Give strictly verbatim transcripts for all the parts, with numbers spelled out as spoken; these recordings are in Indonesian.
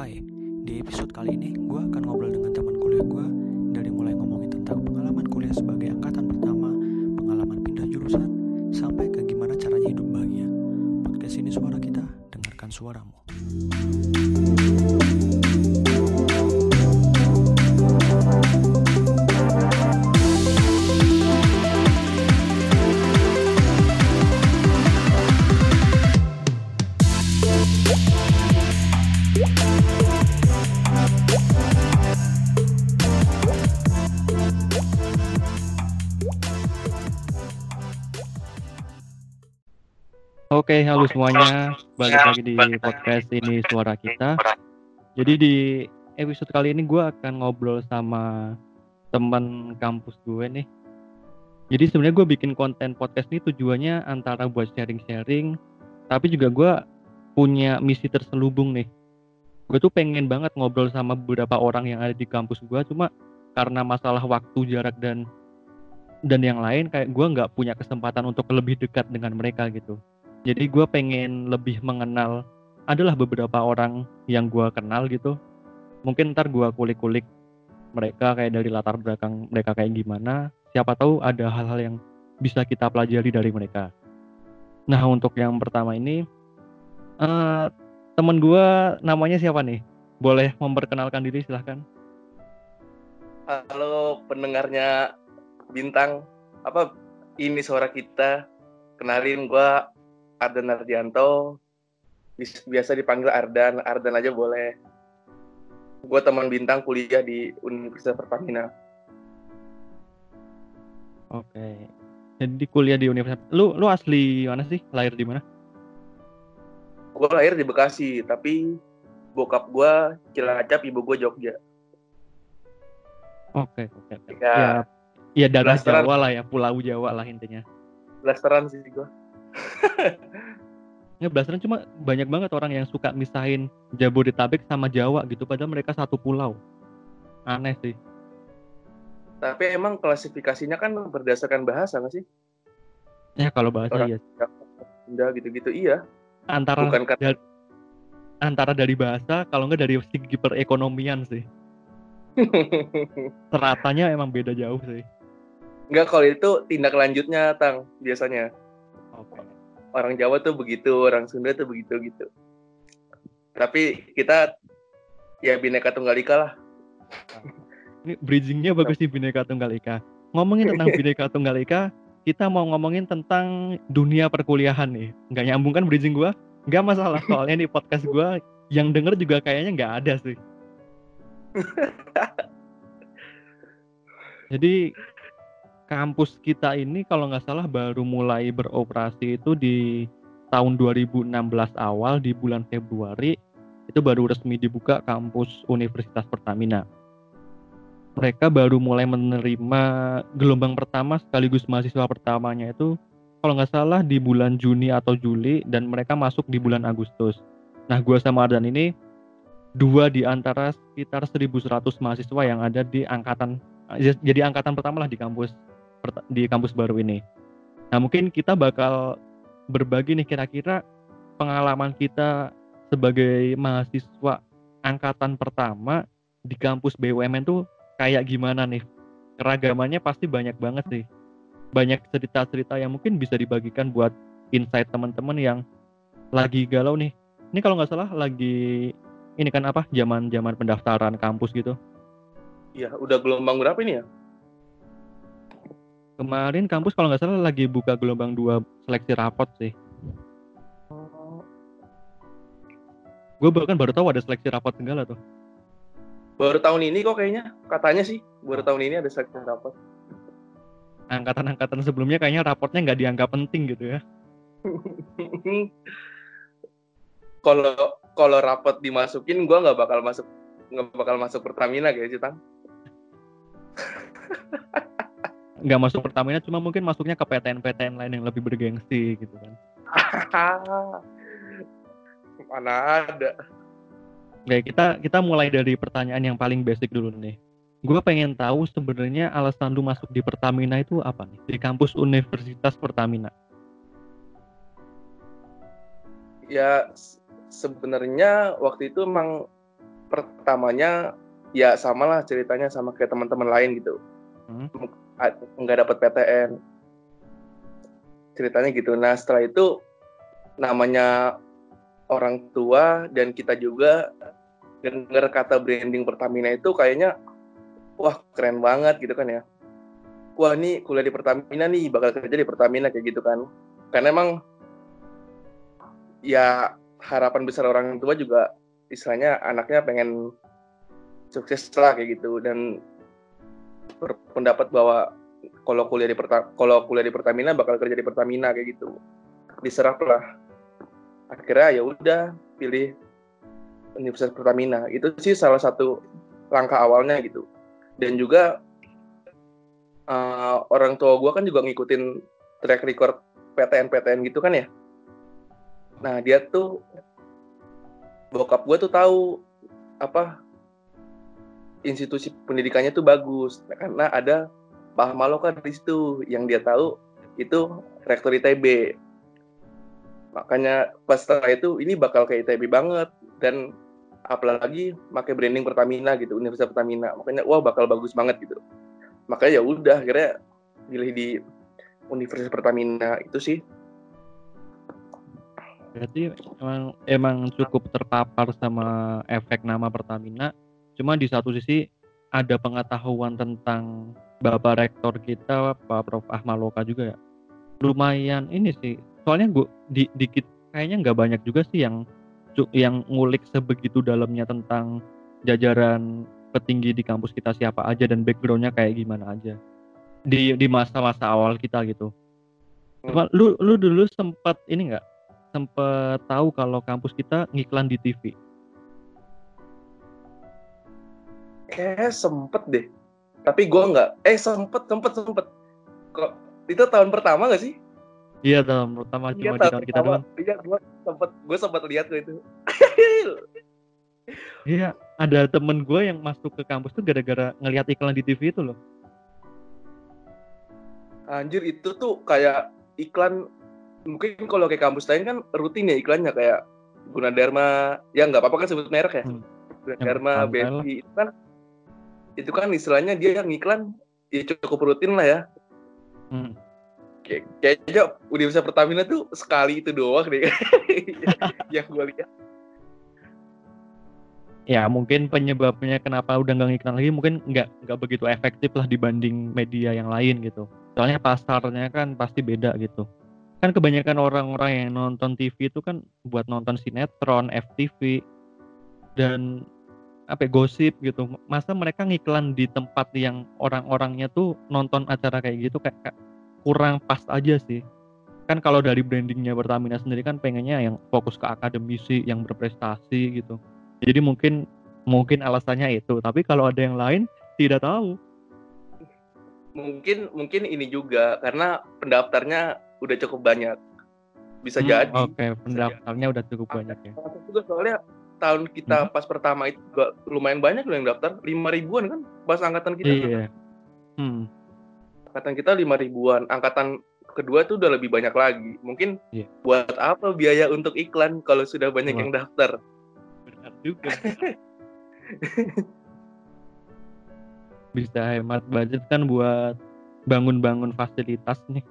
Hai, di episode kali ini gue akan ngobrol dengan teman kuliah gue. Dari mulai ngomongin tentang pengalaman kuliah sebagai angkatan pertama, pengalaman pindah jurusan, sampai ke gimana caranya hidup bahagia. Podcast ini suara kita, dengarkan suaramu. Oke, halo semuanya. Balik lagi di podcast ini suara kita. Jadi di episode kali ini gue akan ngobrol sama teman kampus gue nih. Jadi sebenarnya gue bikin konten podcast ini tujuannya antara buat sharing-sharing, tapi juga gue punya misi terselubung nih. Gue tuh pengen banget ngobrol sama beberapa orang yang ada di kampus gue, cuma karena masalah waktu, jarak dan dan yang lain, kayak gue nggak punya kesempatan untuk lebih dekat dengan mereka gitu. Jadi gue pengen lebih mengenal, adalah beberapa orang yang gue kenal gitu. Mungkin ntar gue kulik-kulik mereka kayak dari latar belakang mereka kayak gimana. Siapa tahu ada hal-hal yang bisa kita pelajari dari mereka. Nah untuk yang pertama ini, uh, temen gue namanya siapa nih? Boleh memperkenalkan diri silahkan. Halo pendengarnya Bintang, apa ini suara kita. Kenalin gue Ardan Ardianto, biasa dipanggil Ardan, Ardan aja boleh. Gue teman Bintang kuliah di Universitas Pertamina. Oke, jadi kuliah di Universitas. Lu lu asli mana sih? Lahir di mana? Gue lahir di Bekasi, tapi bokap gue Cilacap, ibu gue Jogja. Oke oke. oke. Ya, ya, ya daerah blasteran. Jawa lah ya, Pulau Jawa lah intinya. Blasteran sih gue. Ya blasteran, cuma banyak banget orang yang suka misahin Jabodetabek sama Jawa gitu, padahal mereka satu pulau. Aneh sih. Tapi emang klasifikasinya kan berdasarkan bahasa nggak sih? Ya kalau bahasa Orang ya. Sunda gitu-gitu iya. Antara Bukan kata... dari, antara dari bahasa, kalau nggak dari segi perekonomian sih. Seratanya emang beda jauh sih. Enggak, kalau itu tindak lanjutnya, Tang, biasanya. Oke. Okay. Orang Jawa tuh begitu, orang Sunda tuh begitu gitu. Tapi kita ya Bhinneka Tunggal Ika lah. Ini bridgingnya bagus sih, Bhinneka Tunggal Ika. Ngomongin tentang Bhinneka Tunggal Ika, kita mau ngomongin tentang dunia perkuliahan nih. Nggak nyambung kan bridging gua? Nggak masalah, soalnya di podcast gua yang denger juga kayaknya nggak ada sih. Jadi kampus kita ini kalau nggak salah baru mulai beroperasi itu di tahun dua ribu enam belas awal, di bulan Februari itu baru resmi dibuka kampus Universitas Pertamina. Mereka baru mulai menerima gelombang pertama sekaligus mahasiswa pertamanya itu kalau nggak salah di bulan Juni atau Juli, dan mereka masuk di bulan Agustus. Nah gue sama Ardan ini dua di antara sekitar seribu seratus mahasiswa yang ada di angkatan, jadi angkatan pertama lah di kampus di kampus baru ini. Nah mungkin kita bakal berbagi nih kira-kira pengalaman kita sebagai mahasiswa angkatan pertama di kampus B U M N tuh kayak gimana nih. Keragamannya pasti banyak banget sih. Banyak cerita-cerita yang mungkin bisa dibagikan buat insight teman-teman yang lagi galau nih. Ini kalau nggak salah lagi ini kan apa, zaman-zaman pendaftaran kampus gitu. Iya, udah gelombang berapa ini ya? Kemarin kampus kalau nggak salah lagi buka gelombang dua seleksi rapot sih. Gue bahkan baru tahu ada seleksi rapot segala tuh. Baru tahun ini kok kayaknya, katanya sih baru tahun ini ada seleksi rapot. Angkatan-angkatan sebelumnya kayaknya rapotnya nggak dianggap penting gitu ya. Kalau kalau rapot dimasukin, gue nggak bakal masuk nggak bakal masuk Pertamina kayak sih, Tang. Nggak masuk Pertamina, cuma mungkin masuknya ke P T N P T N lain yang lebih bergengsi gitu kan. Mana ada. Oke, kita kita mulai dari pertanyaan yang paling basic dulu nih. Gue pengen tahu sebenarnya alasan lu masuk di Pertamina itu apa nih, di kampus Universitas Pertamina? Ya sebenarnya waktu itu emang pertamanya ya sama lah ceritanya sama kayak teman-teman lain gitu. Hmm. Nggak dapat P T N. Ceritanya gitu. Nah setelah itu namanya orang tua dan kita juga dengar kata branding Pertamina itu kayaknya wah keren banget gitu kan ya. Wah nih kuliah di Pertamina nih bakal kerja di Pertamina kayak gitu kan. Karena emang ya harapan besar orang tua juga istilahnya anaknya pengen sukses lah kayak gitu dan berpendapat bahwa kalau kuliah di Perta- kalau kuliah di Pertamina bakal kerja di Pertamina kayak gitu. Diserap lah. Akhirnya ya udah pilih Universitas Pertamina. Itu sih salah satu langkah awalnya gitu. Dan juga uh, orang tua gue kan juga ngikutin track record P T N P T N gitu kan ya. Nah dia tuh bokap gue tuh tahu apa institusi pendidikannya tuh bagus karena ada Pak Maloka di situ yang dia tahu itu rektor I T B. Makanya pas setelah itu ini bakal kayak I T B banget dan apalagi pakai branding Pertamina gitu, Universitas Pertamina. Makanya wah bakal bagus banget gitu. Makanya ya udah akhirnya pilih di Universitas Pertamina itu sih. Berarti emang emang cukup terpapar sama efek nama Pertamina. Cuma di satu sisi ada pengetahuan tentang Bapak Rektor kita, Pak Prof Ahmaloka juga ya. Lumayan ini sih. Soalnya gue di, dikit kayaknya nggak banyak juga sih yang yang ngulik sebegitu dalamnya tentang jajaran petinggi di kampus kita siapa aja dan backgroundnya kayak gimana aja di di masa-masa awal kita gitu. Cuma hmm. lu lu dulu sempat ini nggak sempat tahu kalau kampus kita ngiklan di T V? Kayak sempet deh, tapi gue nggak. Eh sempet sempet sempet. Kok itu tahun pertama nggak sih? Iya tahun pertama cuma iya, di tahun kita doang. Iya gue sempet gue sempet lihat tuh itu. Iya ada temen gue yang masuk ke kampus tuh gara-gara ngelihat iklan di T V itu loh. Anjir itu tuh kayak iklan mungkin kalau kayak kampus lain kan rutin ya iklannya kayak Gunadarma ya nggak apa-apa kan sebut merek ya. Hmm. Gunadarma, B S I itu kan itu kan istilahnya dia ngiklan ya cukup rutin lah ya. Hmm. Kayak kayaknya Universitas Pertamina tuh sekali itu doang deh yang gue lihat. Ya mungkin penyebabnya kenapa udah nggak ngiklan lagi mungkin nggak nggak begitu efektif lah dibanding media yang lain gitu. Soalnya pasarnya kan pasti beda gitu. Kan kebanyakan orang-orang yang nonton T V itu kan buat nonton sinetron, F T V dan apa gosip gitu. Masa mereka ngiklan di tempat yang orang-orangnya tuh nonton acara kayak gitu kayak, kayak kurang pas aja sih. Kan kalau dari brandingnya Pertamina sendiri kan pengennya yang fokus ke akademisi, yang berprestasi gitu. Jadi mungkin mungkin alasannya itu. Tapi kalau ada yang lain tidak tahu. Mungkin mungkin ini juga karena pendaftarnya udah cukup banyak. Bisa hmm, jadi. Oke, okay. pendaftarnya udah cukup banyak ya. Juga soalnya tahun kita hmm. pas pertama itu juga lumayan banyak loh yang daftar, lima ribuan kan pas angkatan kita. Iya. Hmm. Angkatan kita lima ribuan, angkatan kedua tuh udah lebih banyak lagi. Mungkin yeah. buat apa biaya untuk iklan kalau sudah banyak Wah. yang daftar? Benar juga. Bisa hemat budget kan buat bangun-bangun fasilitas nih.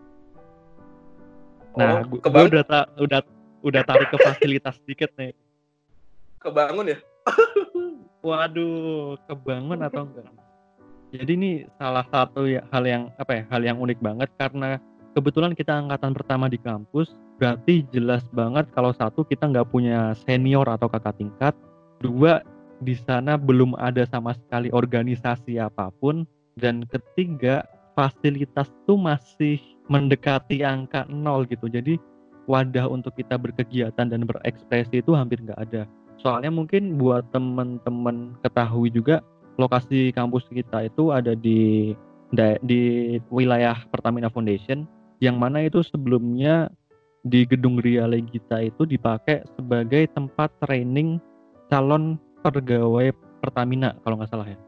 Nah, oh, gue udah ta- udah udah tarik ke fasilitas dikit nih. Kebangun ya? Waduh, kebangun atau enggak? Jadi ini salah satu ya, hal yang apa ya? Hal yang unik banget karena kebetulan kita angkatan pertama di kampus, berarti jelas banget kalau satu kita nggak punya senior atau kakak tingkat, dua di sana belum ada sama sekali organisasi apapun, dan ketiga fasilitas tuh masih mendekati angka nol gitu. Jadi wadah untuk kita berkegiatan dan berekspresi itu hampir nggak ada. Soalnya mungkin buat teman-teman ketahui juga lokasi kampus kita itu ada di di wilayah Pertamina Foundation yang mana itu sebelumnya di gedung Ria Legita itu dipakai sebagai tempat training calon pegawai Pertamina kalau nggak salah ya.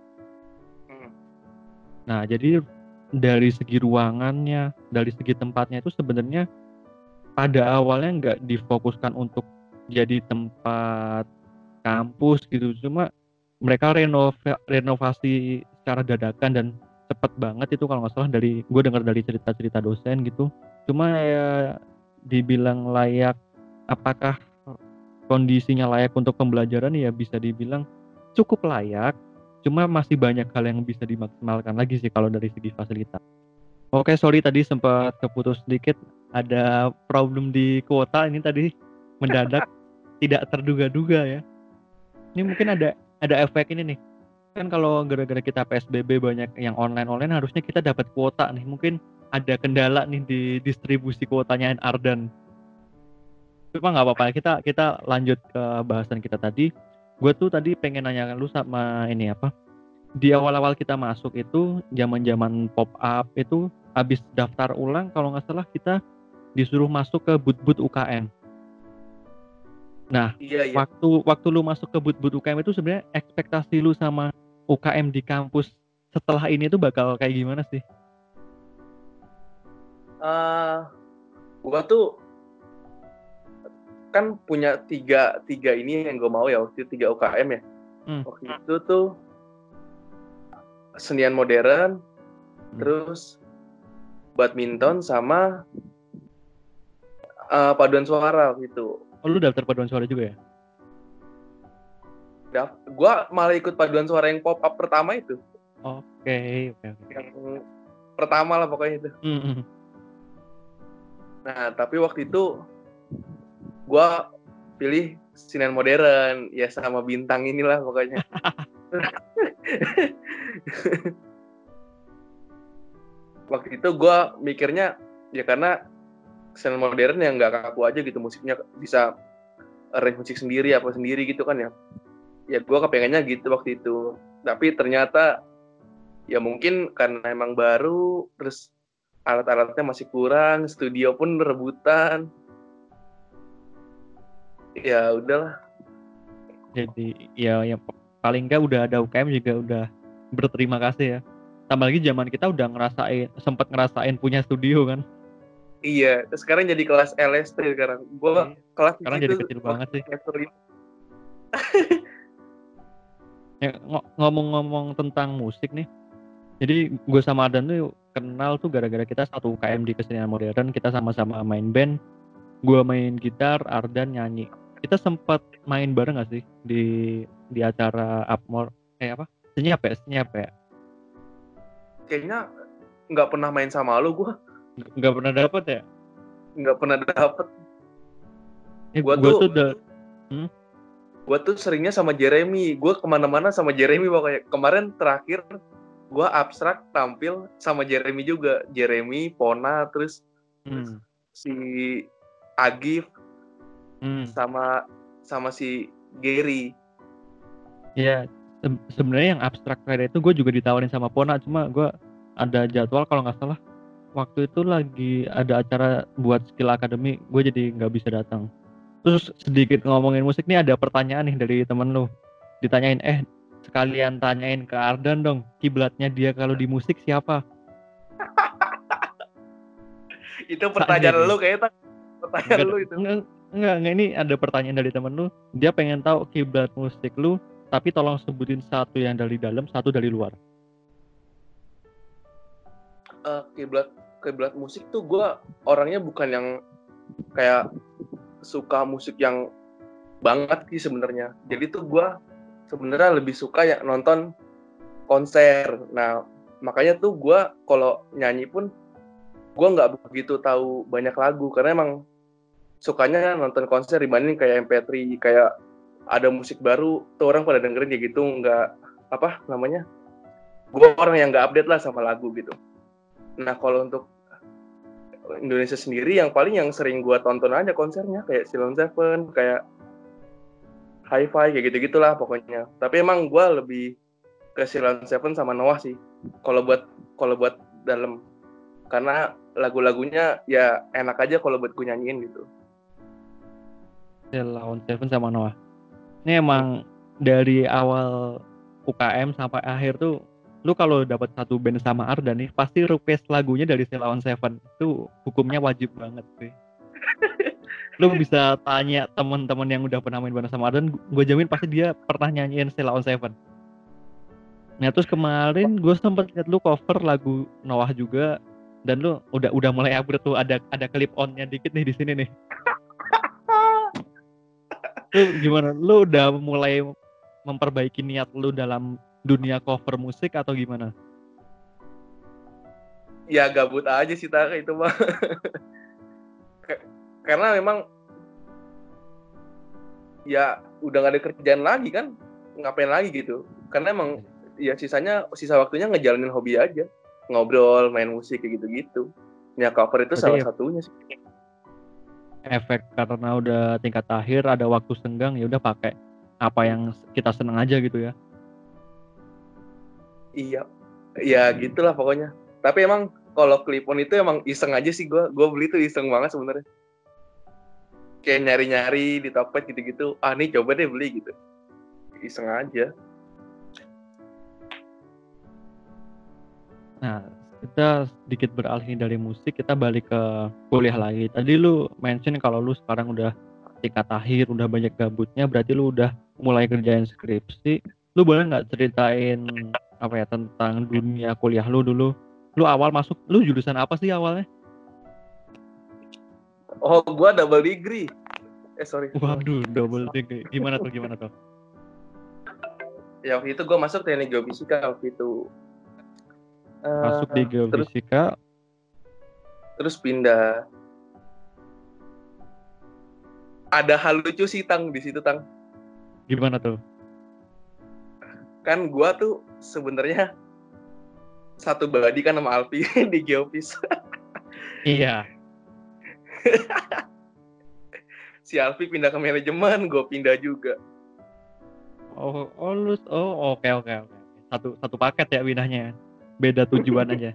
Nah jadi dari segi ruangannya, dari segi tempatnya itu sebenarnya pada awalnya nggak difokuskan untuk jadi tempat kampus gitu. Cuma mereka renova- renovasi secara dadakan dan cepet banget itu kalau nggak salah, dari gue dengar dari cerita-cerita dosen gitu. Cuma ya dibilang layak, apakah kondisinya layak untuk pembelajaran, ya bisa dibilang cukup layak. Cuma masih banyak hal yang bisa dimaksimalkan lagi sih kalau dari segi fasilitas. Oke, sorry tadi sempat keputus sedikit, ada problem di kuota ini tadi mendadak, tidak terduga-duga ya. Ini mungkin ada ada efek ini nih. Kan kalau gara-gara kita P S B B banyak yang online-online, harusnya kita dapat kuota nih. Mungkin ada kendala nih di distribusi kuotanya Ardan. Cuma nggak apa-apa, kita kita lanjut ke bahasan kita tadi. Gue tuh tadi pengen nanyakan lu sama ini apa? Di awal-awal kita masuk itu, zaman-zaman pop up itu, habis daftar ulang kalau nggak salah kita disuruh masuk ke booth-booth U K M. Nah, Iya, iya. waktu waktu lu masuk ke booth-booth U K M itu sebenarnya ekspektasi lu sama U K M di kampus setelah ini tuh bakal kayak gimana sih? Uh, gua tuh kan punya tiga tiga ini yang gue mau ya, waktu itu tiga U K M ya. Hmm. Waktu itu tuh senian modern, Hmm. terus badminton sama uh, paduan suara gitu. Oh, lu daftar paduan suara juga ya? Daf- gua malah ikut paduan suara yang pop up pertama itu. Oke, oke, oke. Yang pertama lah pokoknya itu. Hmm, hmm. Nah, tapi waktu itu gua pilih senian modern, ya sama bintang inilah pokoknya. Waktu itu gua mikirnya ya karena senian modern yang nggak kaku aja gitu, musiknya bisa arrange musik sendiri apa sendiri gitu kan ya. Ya gue kepengennya gitu waktu itu. Tapi ternyata ya mungkin karena emang baru, terus alat-alatnya masih kurang, studio pun rebutan. Ya udahlah. Jadi ya yang paling nggak udah ada U K M juga udah berterima kasih ya. Tambah lagi zaman kita udah ngerasain, sempat ngerasain punya studio kan. Iya, sekarang jadi kelas L S T sekarang. Gue Iya. kelas Sekarang itu jadi kecil banget sih. semester lima. Ya, ng- ngomong-ngomong tentang musik nih, jadi gue sama Adan tuh kenal tuh gara-gara kita satu U K M di kesenian modern, kita sama-sama main band. Gue main gitar, Ardan nyanyi. Kita sempat main bareng gak sih di di acara Upmore, eh apa? Senyap ya, senyap ya. Kayaknya nggak pernah main sama lu, gue Nggak nggak pernah dapet ya? nggak pernah dapet. Eh, Gue gue tuh, tuh udah, hmm? gue tuh seringnya sama Jeremy. Gue kemana-mana sama Jeremy pokoknya. Kemarin terakhir gue abstrak tampil sama Jeremy juga. Jeremy, Pona, terus Hmm. si Agif Hmm. sama sama si Gary. Ya, se- sebenarnya yang abstrak kayak itu gue juga ditawarin sama Pona, cuma gue ada jadwal kalau nggak salah. Waktu itu lagi ada acara buat Skill Academy, gue jadi nggak bisa datang. Terus sedikit ngomongin musik nih, ada pertanyaan nih dari temen lu. Ditanyain, eh sekalian tanyain ke Ardan dong, kiblatnya dia kalau di musik siapa? Itu pertanyaan Tanya lu dia. kayaknya, pertanyaan Enggak, lu itu. enggak, enggak, enggak, ini ada pertanyaan dari temen lu. Dia pengen tahu kiblat musik lu, tapi tolong sebutin satu yang dari dalam, satu dari luar. Uh, kiblat kiblat musik tuh gue orangnya bukan yang kayak suka musik yang banget sih sebenarnya. Jadi tuh gue sebenarnya lebih suka ya nonton konser. Nah makanya tuh gue kalau nyanyi pun gue nggak begitu tahu banyak lagu, karena emang sukanya nonton konser dibanding kayak M P tiga, kayak ada musik baru tuh orang pada dengerin ya gitu, nggak apa namanya, gue orang yang nggak update lah sama lagu gitu. Nah kalau untuk Indonesia sendiri yang paling yang sering gue tonton aja konsernya kayak Ceylon Seven, kayak Hi-Fi, kayak gitu-gitulah pokoknya. Tapi emang gue lebih ke Ceylon Seven sama Noah sih kalau buat kalau buat dalam, karena lagu-lagunya ya enak aja kalau buat gue nyanyiin gitu. Ceylon Seven sama Noah. Ini emang dari awal U K M sampai akhir tuh, lu kalau dapat satu band sama Ardan nih, pasti request lagunya dari Ceylon Seven. Itu hukumnya wajib banget sih. Lu bisa tanya teman-teman yang udah pernah main bareng sama Ardan, gue jamin pasti dia pernah nyanyiin Sheila on Seven. Nah terus kemarin gue sempet liat lu cover lagu Noah juga, dan lu udah udah mulai upgrade tuh, ada ada clip onnya dikit nih di sini nih. Lu gimana? Lu udah mulai memperbaiki niat lu dalam dunia cover musik atau gimana? Ya gabut aja sih tak itu mah. Karena memang ya udah gak ada kerjaan lagi kan, ngapain lagi gitu. Karena emang ya sisanya sisa waktunya ngejalanin hobi aja, ngobrol, main musik kayak gitu-gitu. Ya cover itu Berarti salah ya, satunya sih. efek karena udah tingkat akhir, ada waktu senggang, ya udah pakai apa yang kita seneng aja gitu ya. Iya, ya gitulah pokoknya. Tapi emang kalau clip-on itu emang iseng aja sih gue. Gue beli tuh iseng banget sebenarnya. Kayak nyari-nyari di Tokped gitu-gitu. Ah nih coba deh beli gitu. Iseng aja. Nah, kita sedikit beralih dari musik, kita balik ke kuliah lagi. Tadi lu mention kalau lu sekarang udah tingkat akhir, udah banyak gabutnya, berarti lu udah mulai kerjain skripsi. Lu boleh nggak ceritain apa ya tentang dunia kuliah lu dulu? Lu awal masuk, lu jurusan apa sih awalnya? Oh, gue double degree. Eh sorry. Waduh, double degree. Gimana tuh, gimana tuh? Ya waktu itu gue masuk teknik geofisika waktu itu. Masuk di Uh, terus geofisika, terus pindah. Ada hal lucu sih Tang di situ Tang. gimana tuh? Kan gue tuh sebenarnya satu body kan sama Alfi di geofis. Iya. Si Alfi pindah ke manajemen, gue pindah juga. Oh, oh lu, oh oke oke oke. Satu satu paket ya pindahnya. Beda tujuan aja.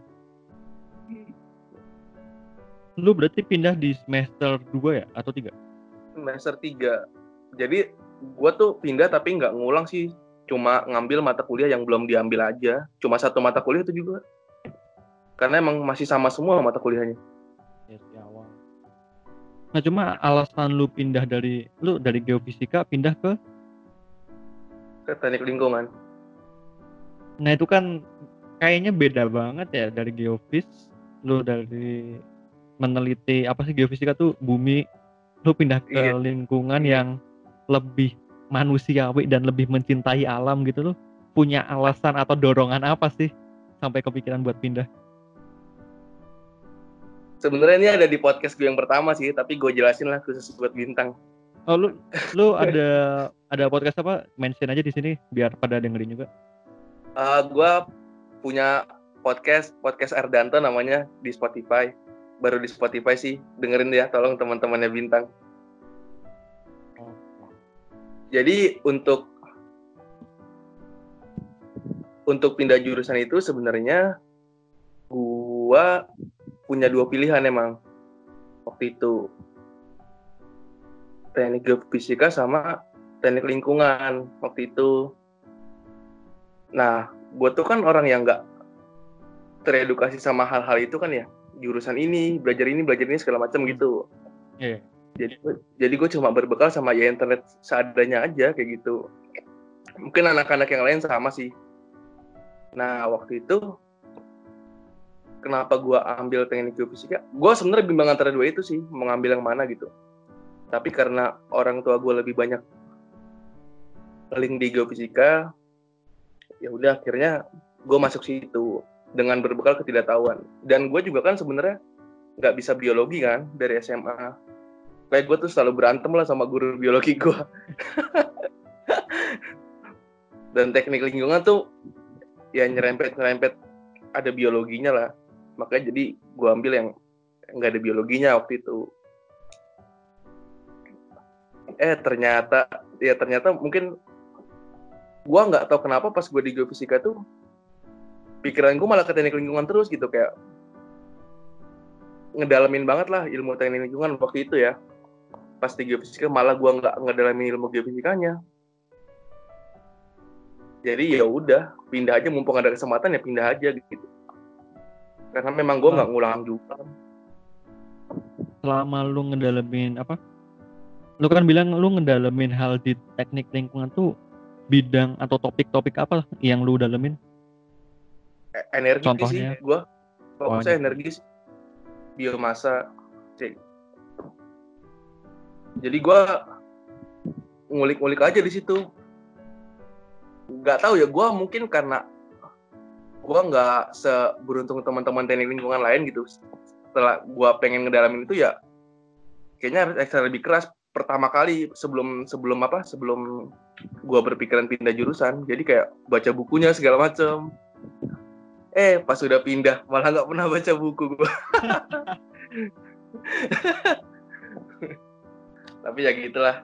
Lu berarti pindah di semester dua ya atau tiga? Semester tiga. Jadi gue tuh pindah tapi nggak ngulang sih. Cuma ngambil mata kuliah yang belum diambil aja. Cuma satu mata kuliah itu juga. Karena emang masih sama semua mata kuliahnya. Ya, di awal. Nah cuma alasan lu pindah dari lu dari geofisika pindah ke, Ke teknik lingkungan. nah itu kan kayaknya beda banget ya dari geofis. Lu dari meneliti apa sih geofisika tuh bumi, lu pindah ke Iya. lingkungan Iya. yang lebih manusiawi dan lebih mencintai alam gitu. Lu punya alasan atau dorongan apa sih sampai kepikiran buat pindah? Sebenarnya ini ada di podcast gue yang pertama sih, tapi gue jelasin lah khusus buat Bintang. Oh lu lu ada ada podcast apa? Mention aja di sini biar pada dengerin juga. Uh, gue punya podcast podcast Ardanto namanya di Spotify. Baru di Spotify sih, dengerin ya, tolong teman-temannya Bintang. Jadi untuk untuk pindah jurusan itu sebenarnya gue punya dua pilihan emang waktu itu, teknik geofisika sama teknik lingkungan waktu itu. Nah, gue tuh kan orang yang nggak teredukasi sama hal-hal itu kan ya, jurusan ini, belajar ini, belajar ini segala macam gitu. Iya. Yeah. Jadi, jadi gue cuma berbekal sama ya internet seadanya aja kayak gitu. Mungkin anak-anak yang lain sama sih. Nah, waktu itu kenapa gue ambil teknik geofisika? Gue sebenarnya bimbang antara dua itu sih, mau ngambil yang mana gitu. Tapi karena orang tua gue lebih banyak link di geofisika, ya udah akhirnya gue masuk situ dengan berbekal ketidaktahuan. Dan gue juga kan sebenarnya nggak bisa biologi kan dari S M A. Kayak gue tuh selalu berantem lah sama guru biologi gue. Dan teknik lingkungan tuh ya nyerempet-nyerempet ada biologinya lah. Makanya jadi gue ambil yang nggak ada biologinya waktu itu. Eh ternyata, ya ternyata mungkin gue nggak tahu kenapa pas gue di geofisika tuh pikiran gue malah ke teknik lingkungan terus gitu, kayak ngedalamin banget lah ilmu teknik lingkungan waktu itu ya. Pas di geofisika malah gue nggak ngedalamin ilmu geofisikanya. Jadi ya udah pindah aja, mumpung ada kesempatan ya pindah aja gitu. Karena memang gue nggak ngulang juga. Selama lu ngedalamin apa Lu kan bilang lu ngedalamin hal di teknik lingkungan tuh bidang atau topik-topik apa yang lu dalemin? E- energi sih, Contohnya? gue Oh, fokusnya energi, biomasa sih. Jadi gue ngulik-ngulik aja di situ. Nggak tahu ya, gue mungkin karena gue nggak seberuntung teman-teman teknik lingkungan lain gitu. Setelah gue pengen ngedalamin itu ya, kayaknya harus ekstra lebih keras pertama kali sebelum sebelum apa sebelum gue berpikiran pindah jurusan. Jadi kayak baca bukunya segala macem. Eh pas udah pindah malah nggak pernah baca buku gue. Tapi ya gitulah.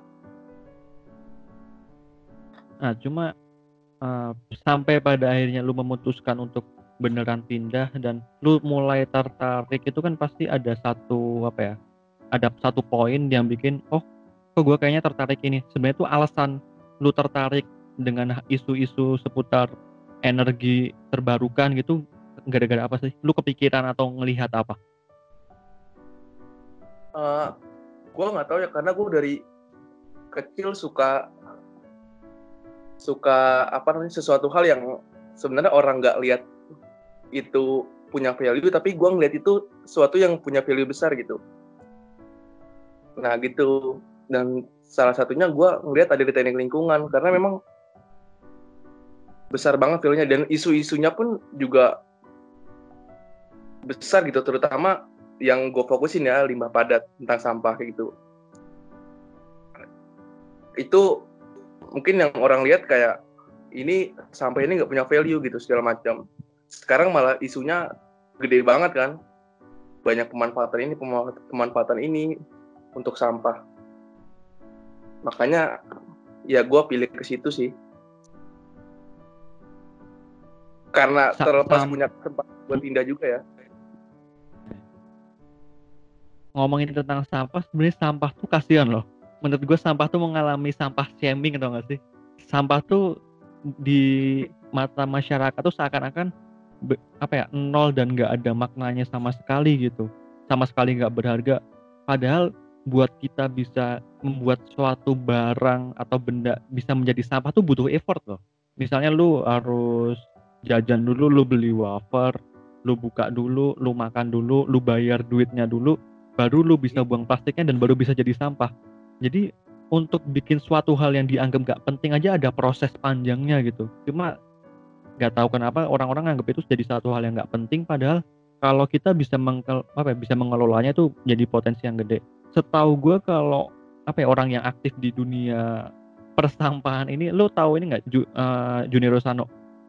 Nah, cuma uh, sampai pada akhirnya lu memutuskan untuk beneran pindah dan lu mulai tertarik itu kan pasti ada satu apa ya? Ada satu poin yang bikin oh, kok gue kayaknya tertarik ini. Sebenarnya tuh alasan lu tertarik dengan isu-isu seputar energi terbarukan gitu gara-gara apa sih? Lu kepikiran atau ngelihat apa? Uh, gue nggak tahu ya karena gue dari kecil suka suka apa namanya sesuatu hal yang sebenarnya orang nggak lihat itu punya value, tapi gue ngeliat itu sesuatu yang punya value besar gitu. Nah gitu, dan salah satunya gue ngeliat ada di teknik lingkungan karena memang besar banget value-nya dan isu-isunya pun juga besar gitu, terutama yang gue fokusin ya limbah padat tentang sampah kayak gitu. Itu mungkin yang orang lihat kayak ini sampah ini nggak punya value gitu segala macam. Sekarang malah isunya gede banget kan, banyak pemanfaatan ini pemanfaatan ini untuk sampah. Makanya ya gue pilih ke situ sih. Karena Sa- terlepas sam- punya tempat buat pindah juga ya. Ngomongin tentang sampah, sebenarnya sampah tuh kasihan loh. Menurut gue sampah tuh mengalami sampah shaming atau nggak sih? Sampah tuh di mata masyarakat tuh seakan-akan be, apa ya nol dan nggak ada maknanya sama sekali gitu, sama sekali nggak berharga. Padahal buat kita bisa membuat suatu barang atau benda bisa menjadi sampah tuh butuh effort loh. Misalnya lu harus jajan dulu, lu beli wafer, lu buka dulu, lu makan dulu, lu bayar duitnya dulu, baru lu bisa buang plastiknya dan baru bisa jadi sampah. Jadi untuk bikin suatu hal yang dianggap gak penting aja ada proses panjangnya gitu. Cuma gak tahu kenapa orang-orang anggap itu jadi satu hal yang gak penting, padahal kalau kita bisa mengkel, apa ya, bisa mengelolanya itu jadi potensi yang gede. Setahu gue kalau apa ya, orang yang aktif di dunia persampahan ini, lo tahu ini nggak Ju, uh, Junior Rosano,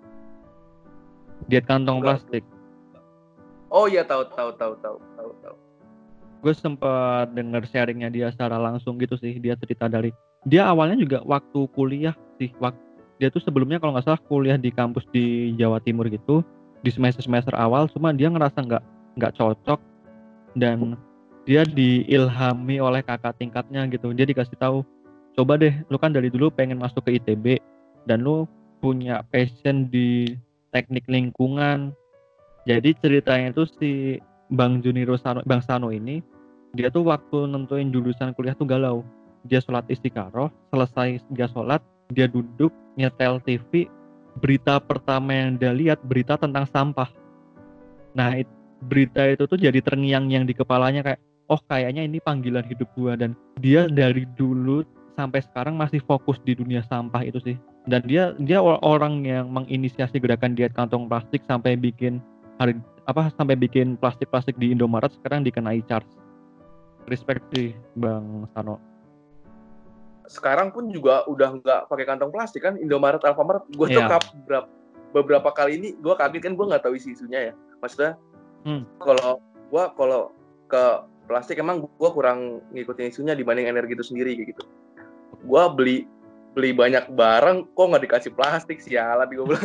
diet kantong Enggak. plastik. Oh iya tahu tahu tahu tahu tahu tahu. Gue sempat denger sharingnya dia secara langsung gitu sih. Dia cerita dari dia awalnya juga waktu kuliah sih, waktu dia tuh sebelumnya kalau nggak salah kuliah di kampus di Jawa Timur gitu di semester semester awal, cuma dia ngerasa nggak nggak cocok dan dia diilhami oleh kakak tingkatnya gitu. Dia dikasih tahu, coba deh lu kan dari dulu pengen masuk ke I T B dan lu punya passion di teknik lingkungan. Jadi ceritanya itu si Bang Juniro Sano, Bang Sano ini, dia tuh waktu nentuin jurusan kuliah tuh galau. Dia sholat istiqaroh, selesai dia sholat, dia duduk nyetel T V, berita pertama yang dia lihat berita tentang sampah. Nah, it, berita itu tuh jadi terngiang-ngiang di kepalanya kayak, oh kayaknya ini panggilan hidup gua, dan dia dari dulu sampai sekarang masih fokus di dunia sampah itu sih. Dan dia dia orang yang menginisiasi gerakan diet kantong plastik sampai bikin hari apa sampai bikin plastik-plastik di Indomaret sekarang dikenai charge. Respect sih Bang Sano. Sekarang pun juga udah nggak pakai kantong plastik kan, Indomaret, Alfamart. Gue tuh Yeah. beberapa, beberapa kali ini gue kaget kan, gue nggak tahu isi-isunya ya. Maksudnya hmm. kalau gue kalau ke plastik emang gue kurang ngikutin isunya dibanding energi itu sendiri kayak gitu. Gue beli beli banyak barang kok nggak dikasih plastik, sialan gue bilang.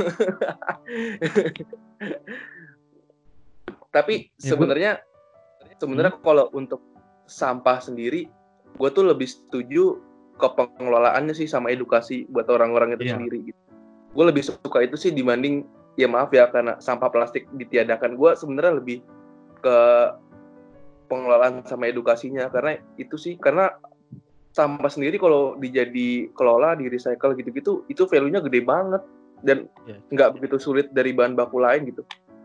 Tapi sebenarnya sebenarnya hmm. kalau untuk sampah sendiri, gue tuh lebih setuju ke pengelolaannya sih sama edukasi buat orang-orang itu yeah. sendiri gitu. Gue lebih suka itu sih dibanding, ya maaf ya karena sampah plastik ditiadakan. Gue sebenarnya lebih ke pengelolaan sama edukasinya, karena itu sih, karena sampah sendiri kalau dijadi kelola, di recycle gitu-gitu, itu value-nya gede banget dan Yes. nggak begitu sulit dari bahan baku lain gitu.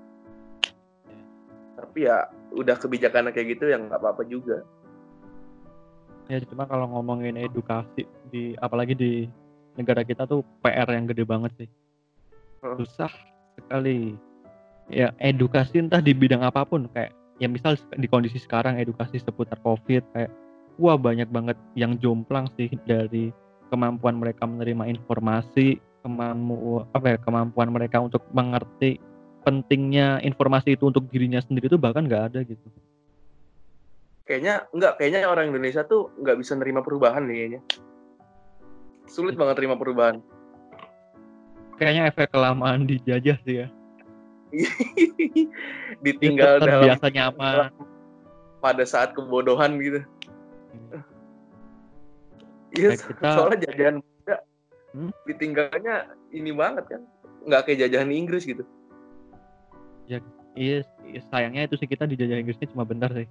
Tapi ya udah kebijakannya kayak gitu yang nggak apa-apa juga. Ya cuma kalau ngomongin edukasi di apalagi di negara kita tuh P R yang gede banget sih. Hmm. Susah sekali. Ya edukasi entah di bidang apapun, kayak ya misal di kondisi sekarang edukasi seputar COVID, kayak wah banyak banget yang jomplang sih dari kemampuan mereka menerima informasi, kemampu apa ya, kemampuan mereka untuk mengerti pentingnya informasi itu untuk dirinya sendiri itu bahkan nggak ada gitu. Kayaknya enggak, kayaknya orang Indonesia tuh nggak bisa nerima perubahan nih kayaknya. Sulit banget terima perubahan. Kayaknya efek kelamaan dijajah sih ya. Ditinggal Dia dalam terbiasa nyaman. pada saat kebodohan gitu. Iya, Kayak kita- soalnya jajahan muda Hmm? ditinggalnya ini banget kan, nggak kayak jajahan Inggris gitu. Iya, iya, sayangnya itu sih kita dijajah Inggrisnya cuma bentar sih.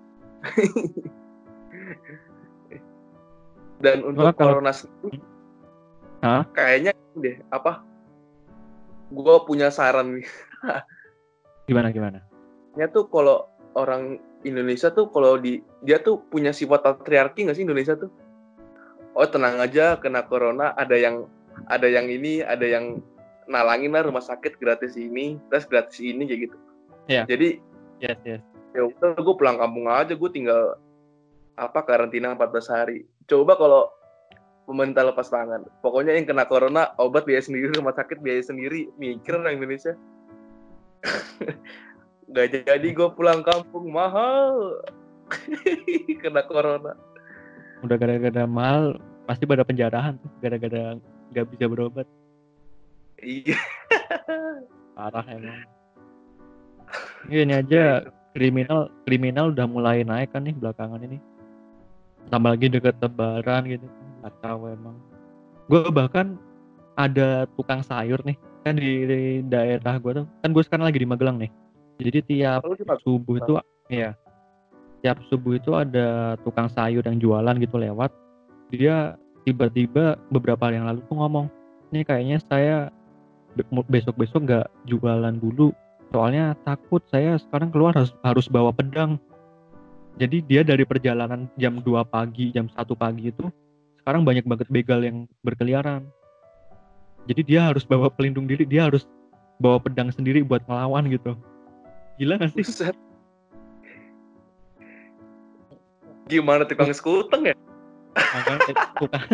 Dan untuk Cuma kalau- corona sendiri, Hah? kayaknya deh apa? Gue punya saran nih. Gimana gimana? Nya tuh kalau orang Indonesia tuh kalau di dia tuh punya sifat patriarki nggak sih Indonesia tuh? Oh tenang aja, kena corona ada yang ada yang ini, ada yang nalangin lah rumah sakit gratis ini, tes gratis ini kayak gitu. Iya. Jadi Yes, yes. ya udah gue pulang kampung aja, gue tinggal apa karantina empat belas hari. Coba kalau pemerintah lepas tangan, pokoknya yang kena corona obat biaya sendiri, rumah sakit biaya sendiri, mikir orang Indonesia. Gak jadi gue pulang kampung mahal. Kena corona. Udah gara-gara mahal pasti pada penjarahan tuh, gara-gara nggak bisa berobat. Iya. Parah emang. Ini aja kriminal kriminal udah mulai naik kan nih belakangan ini. Tambah lagi deket lebaran gitu. Kacau emang. Gue bahkan ada tukang sayur nih kan di, di daerah gue tuh. Kan gue sekarang lagi di Magelang nih. Jadi tiap Lalu kita subuh itu ya tiap subuh itu ada tukang sayur yang jualan gitu lewat. Dia tiba-tiba beberapa hari yang lalu tuh ngomong, ini kayaknya saya be- besok-besok nggak jualan dulu, soalnya takut saya sekarang keluar harus harus bawa pedang. Jadi dia dari perjalanan jam dua pagi, jam satu pagi itu sekarang banyak banget begal yang berkeliaran. Jadi dia harus bawa pelindung diri, dia harus bawa pedang sendiri buat ngelawan gitu. Gila gak sih? Buset. Gimana tukang sekuteng ya? Makanya eh, tukang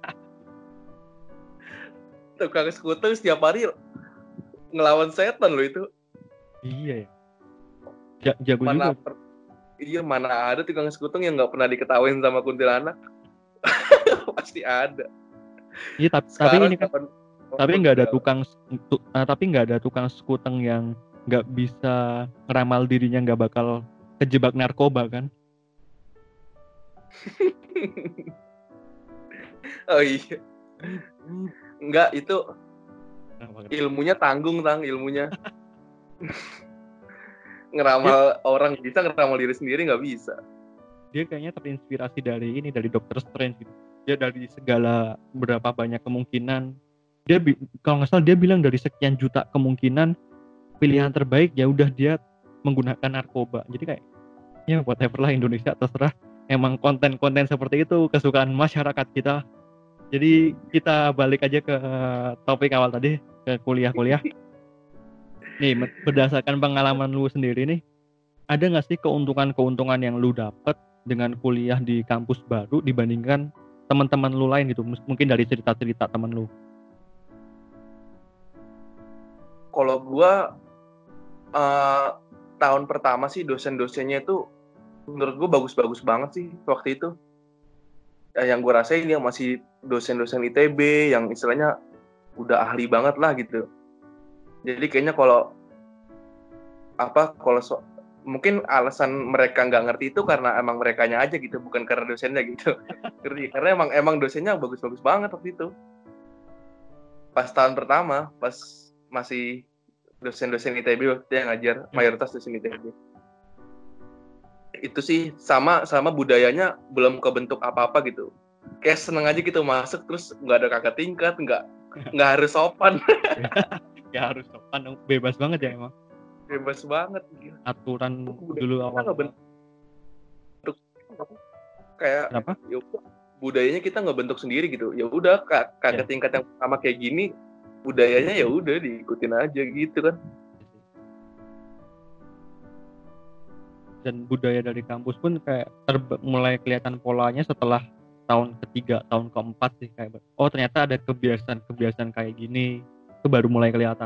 Tukang sekuteng setiap hari ngelawan setan loh itu. iya ya. Ja- jago Mana juga. per- iya mana ada tukang sekuteng yang nggak pernah diketawain sama kuntilanak. Pasti ada. Iya tapi, tapi Sekarang ini kan kapan- tapi nggak ada tukang tu, uh, tapi nggak ada tukang sekuteng yang nggak bisa ngeramal dirinya nggak bakal kejebak narkoba kan. Oh iya. Enggak, itu ilmunya tanggung, Tang, ilmunya. Ngeramal orang bisa, ngeramal diri sendiri nggak bisa. Dia kayaknya terinspirasi dari ini, dari Doctor Strange gitu. Dia dari segala berapa banyak kemungkinan, dia bi- kalau nggak salah dia bilang dari sekian juta kemungkinan pilihan terbaik ya udah dia menggunakan narkoba. Jadi kayak ya whatever lah, Indonesia terserah, emang konten-konten seperti itu kesukaan masyarakat kita. Jadi kita balik aja ke topik awal tadi, ke kuliah-kuliah. Nih me- berdasarkan pengalaman lu sendiri nih, ada nggak sih keuntungan-keuntungan yang lu dapet dengan kuliah di kampus baru dibandingkan teman-teman lu lain gitu? Mus- mungkin dari cerita-cerita teman lu. Kalau gua eh, tahun pertama sih dosen-dosennya itu menurut gua bagus-bagus banget sih waktu itu. Eh, yang gua rasain yang masih dosen-dosen I T B yang istilahnya udah ahli banget lah gitu. Jadi kayaknya kalau apa kalau so- mungkin alasan mereka nggak ngerti itu karena emang merekanya aja gitu, bukan karena dosennya gitu. Ngerti? Karena emang emang dosennya bagus-bagus banget waktu itu. Pas tahun pertama, pas masih dosen-dosen I T B waktu itu yang ngajar, mayoritas dosen I T B. Itu sih sama sama budayanya belum kebentuk apa-apa gitu. kayak seneng aja gitu masuk, terus nggak ada kakak tingkat, nggak nggak harus sopan. Ya harus sopan dong, bebas banget ya emang. Bebas banget gila. Aturan Budaya dulu kita awal nggak bentuk kayak kenapa? ya udah, budayanya kita nggak bentuk sendiri gitu. Ya udah kak- kakak Ya. tingkat yang sama kayak gini, budayanya ya udah diikutin aja gitu kan. Dan budaya dari kampus pun kayak terbe- mulai kelihatan polanya setelah tahun ketiga, tahun keempat sih, kayak oh ternyata ada kebiasaan-kebiasaan kayak gini, itu baru mulai kelihatan.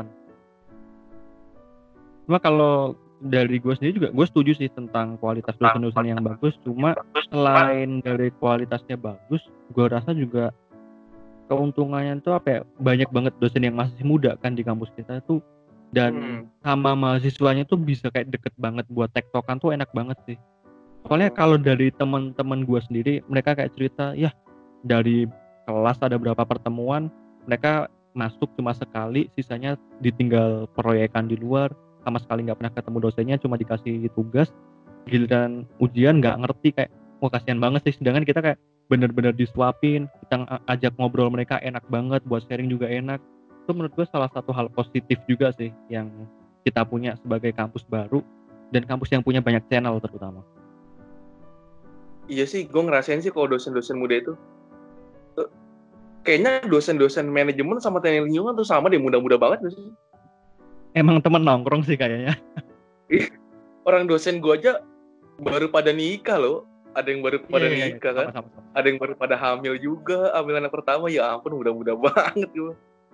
Cuma kalau dari gue sendiri juga gue setuju sih tentang kualitas dosen-dosen yang bagus, cuma selain dari kualitasnya bagus, gue rasa juga keuntungannya tuh apa ya, banyak banget dosen yang masih muda kan di kampus kita tuh, dan Hmm. sama mahasiswanya tuh bisa kayak deket banget, buat tektokan tuh enak banget sih. Soalnya kalau dari teman-teman gue sendiri, mereka kayak cerita, ya dari kelas ada berapa pertemuan, mereka masuk cuma sekali, sisanya ditinggal proyekan di luar, sama sekali nggak pernah ketemu dosennya, cuma dikasih tugas, giliran ujian nggak ngerti, kayak wah kasihan banget sih. Sedangkan kita kayak bener-bener disuapin, kita ng- ajak ngobrol mereka enak banget, buat sharing juga enak. Itu menurut gue salah satu hal positif juga sih yang kita punya sebagai kampus baru, dan kampus yang punya banyak channel terutama. Iya sih, gue ngerasain sih kalau dosen-dosen muda itu tuh, kayaknya dosen-dosen manajemen sama teknik lingkungan tuh sama deh, muda-muda banget gak sih? Emang temen nongkrong sih kayaknya. Ih, orang dosen gue aja baru pada nikah loh. Ada yang baru pada Iya, iya, iya, nikah kan. sama-sama. Ada yang baru pada hamil juga, hamil anak pertama. Ya ampun, muda-muda banget gue.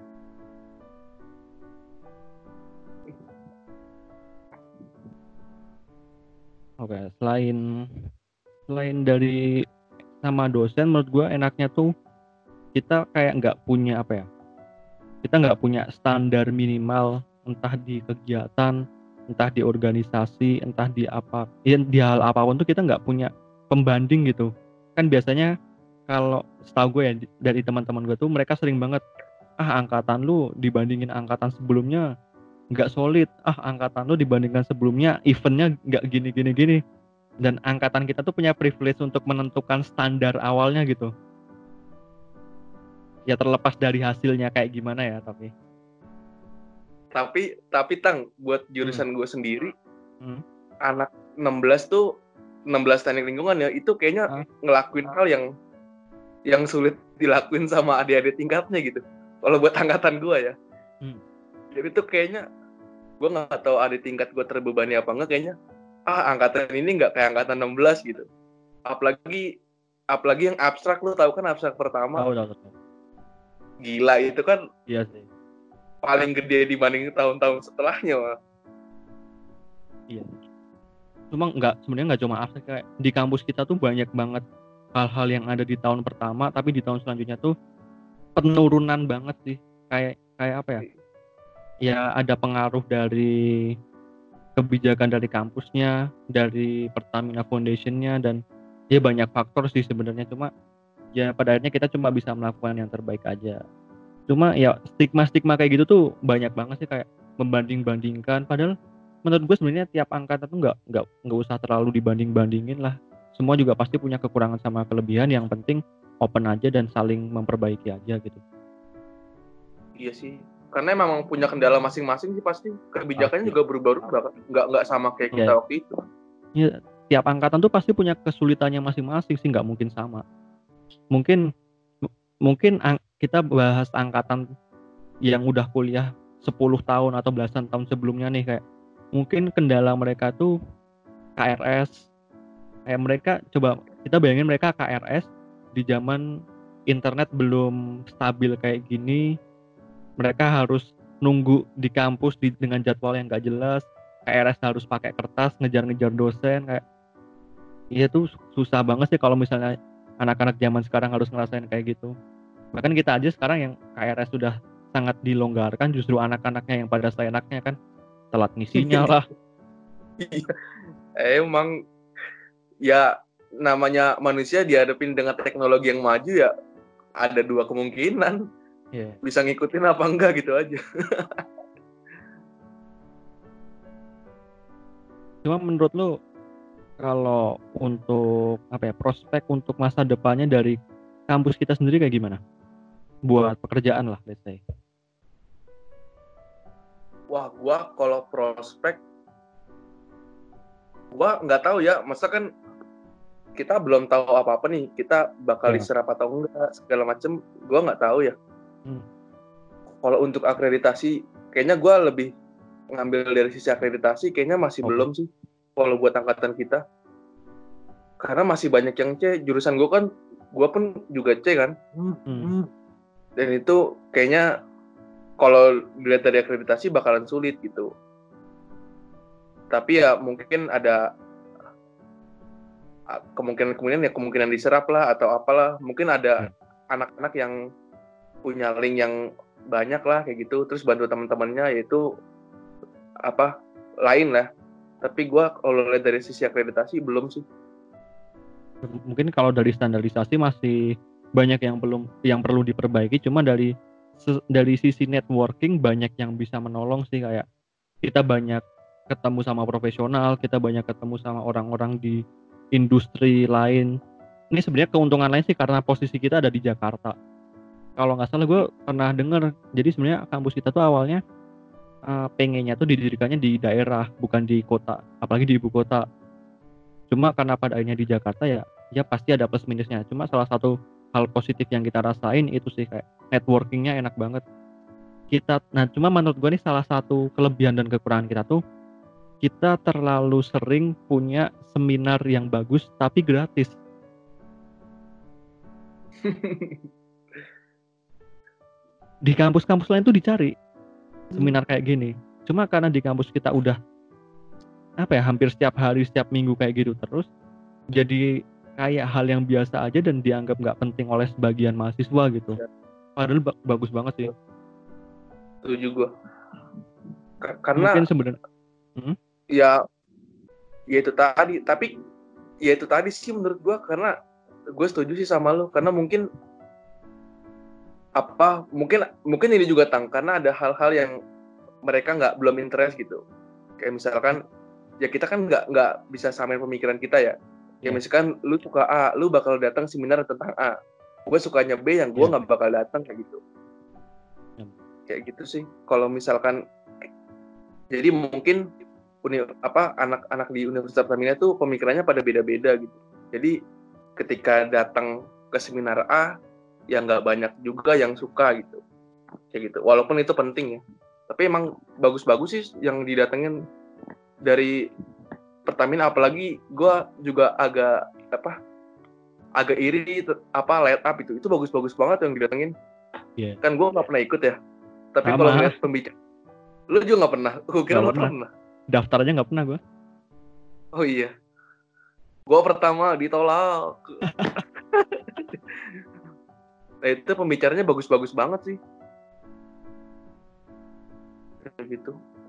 Oke, selain selain dari sama dosen, menurut gue enaknya tuh kita kayak nggak punya apa ya, kita nggak punya standar minimal, entah di kegiatan, entah di organisasi, entah di apa, ya, di hal apapun tuh kita nggak punya pembanding gitu. Kan biasanya kalau setahu gue ya, di- dari teman-teman gue tuh mereka sering banget, ah angkatan lu dibandingin angkatan sebelumnya nggak solid, ah angkatan lu dibandingkan sebelumnya eventnya nggak gini gini gini, dan angkatan kita tuh punya privilege untuk menentukan standar awalnya gitu. Ya terlepas dari hasilnya kayak gimana ya, tapi Tapi, tapi Tang, buat hmm. jurusan gue sendiri, Hmm. anak enam belas tuh, enam belas teknik lingkungan ya, itu kayaknya Ah. ngelakuin hal yang yang sulit dilakuin sama adik-adik tingkatnya gitu. Kalau buat angkatan gue ya. Hmm. Jadi tuh kayaknya, gue nggak tahu adik tingkat gue terbebani apa enggak, kayaknya ah angkatan ini nggak kayak angkatan enam belas gitu. Apalagi apalagi yang abstrak, lu tahu kan abstrak pertama, Tahu tahu tahu. gila itu kan Iya sih. paling gede dibanding tahun-tahun setelahnya. Wah. Iya. Cuma nggak, sebenarnya nggak cuma abstrak, kayak di kampus kita tuh banyak banget hal-hal yang ada di tahun pertama, tapi di tahun selanjutnya tuh penurunan banget sih. Kayak kayak apa ya? Ya ada pengaruh dari kebijakan dari kampusnya, dari Pertamina Foundation-nya, dan ya banyak faktor sih sebenarnya. Cuma ya pada akhirnya kita cuma bisa melakukan yang terbaik aja. Cuma ya stigma-stigma kayak gitu tuh banyak banget sih, kayak membanding-bandingkan. Padahal menurut gue sebenarnya tiap angkatan tuh nggak nggak nggak usah terlalu dibanding-bandingin lah. Semua juga pasti punya kekurangan sama kelebihan. Yang penting open aja dan saling memperbaiki aja gitu. Iya sih, karena memang punya kendala masing-masing sih pasti. Kebijakannya Pasti. juga berubah-ubah kan, nggak nggak sama kayak kita Iya. waktu itu. Ya, tiap angkatan tuh pasti punya kesulitannya masing-masing sih, nggak mungkin sama. Mungkin m- mungkin ang- kita bahas angkatan yang udah kuliah sepuluh tahun atau belasan tahun sebelumnya nih, kayak mungkin kendala mereka tuh K R S. Kayak mereka, coba kita bayangin mereka K R S di zaman internet belum stabil kayak gini, mereka harus nunggu di kampus di, dengan jadwal yang gak jelas. K R S harus pakai kertas, ngejar-ngejar dosen, kayak iya tuh susah banget sih kalau misalnya anak-anak zaman sekarang harus ngerasain kayak gitu. Bahkan kita aja sekarang yang K R S sudah sangat dilonggarkan, justru anak-anaknya yang pada seenaknya kan, telat ngisinya lah. Emang ya namanya manusia dihadapin dengan teknologi yang maju ya, ada dua kemungkinan, Iya. bisa ngikutin apa enggak gitu aja. Cuma menurut lu, kalau untuk apa ya, prospek untuk masa depannya dari kampus kita sendiri kayak gimana buat pekerjaan lah, let's say? Wah, gua kalau prospek, gua nggak tahu ya. Masa kan kita belum tahu apa-apa nih. Kita bakal Ya. diserap atau enggak segala macem. Gua nggak tahu ya. Hmm. Kalau untuk akreditasi, kayaknya gua lebih ngambil dari sisi akreditasi. Kayaknya masih Oke. belum sih. Kalau buat angkatan kita, karena masih banyak yang C. Jurusan gua kan, gua pun juga C kan. Hmm. Dan itu kayaknya kalau dilihat dari akreditasi bakalan sulit gitu. Tapi ya mungkin ada kemungkinan-kemungkinan ya kemungkinan diserap lah atau apalah. Mungkin ada Ya. anak-anak yang punya link yang banyak lah kayak gitu. Terus bantu teman-temannya yaitu apa lain lah. Tapi gue kalau lihat dari sisi akreditasi belum sih. Mungkin kalau dari standarisasi masih banyak yang belum yang perlu diperbaiki. Cuma dari dari sisi networking banyak yang bisa menolong sih, kayak kita banyak ketemu sama profesional, kita banyak ketemu sama orang-orang di industri lain. Ini sebenarnya keuntungan lain sih karena posisi kita ada di Jakarta. Kalau nggak salah gue pernah dengar, jadi sebenarnya kampus kita tuh awalnya uh, pengennya tuh didirikannya di daerah, bukan di kota, apalagi di ibu kota. Cuma karena pada akhirnya di Jakarta ya, ya pasti ada plus minusnya. Cuma salah satu hal positif yang kita rasain itu sih kayak networkingnya enak banget. Kita, nah cuma menurut gue nih salah satu kelebihan dan kekurangan kita tuh kita terlalu sering punya seminar yang bagus tapi gratis. Di kampus-kampus lain tuh dicari seminar kayak gini. Cuma karena di kampus kita udah apa ya hampir setiap hari setiap minggu kayak gitu terus, jadi kayak hal yang biasa aja dan dianggap nggak penting oleh sebagian mahasiswa gitu. Padahal ba- bagus banget sih. Setuju gue. K- karena Mungkin sebenarnya hmm? ya ya itu tadi. Tapi ya itu tadi sih menurut gue, karena gue setuju sih sama lo. Karena mungkin apa mungkin mungkin ini juga tang karena ada hal-hal yang mereka nggak belum interest gitu. Kayak misalkan ya kita kan nggak nggak bisa samain pemikiran kita ya. Kayak Yeah. misalkan lu suka A, lu bakal datang seminar tentang A. Gue sukanya B, yang gue Yeah. nggak bakal datang kayak gitu. Yeah. Kayak gitu sih. Kalau misalkan jadi mungkin uni, apa anak-anak di Universitas Pertamina tuh pemikirannya pada beda-beda gitu. Jadi ketika datang ke seminar A, ya nggak banyak juga yang suka gitu. Kayak gitu. Walaupun itu penting ya. Tapi emang bagus-bagus sih yang didatengin dari Pertamina, apalagi gue juga agak apa agak iri apa light up itu itu bagus-bagus banget yang didatengin. Yeah. Kan gue nggak pernah ikut ya, tapi Sama. kalau ngeliat pembicara, lu juga nggak pernah? Gue kira Nggak lu pernah. pernah. Daftar aja nggak pernah gue. Oh iya, gue pertama ditolak. Nah itu pembicaranya bagus-bagus banget sih. Kayak gitu.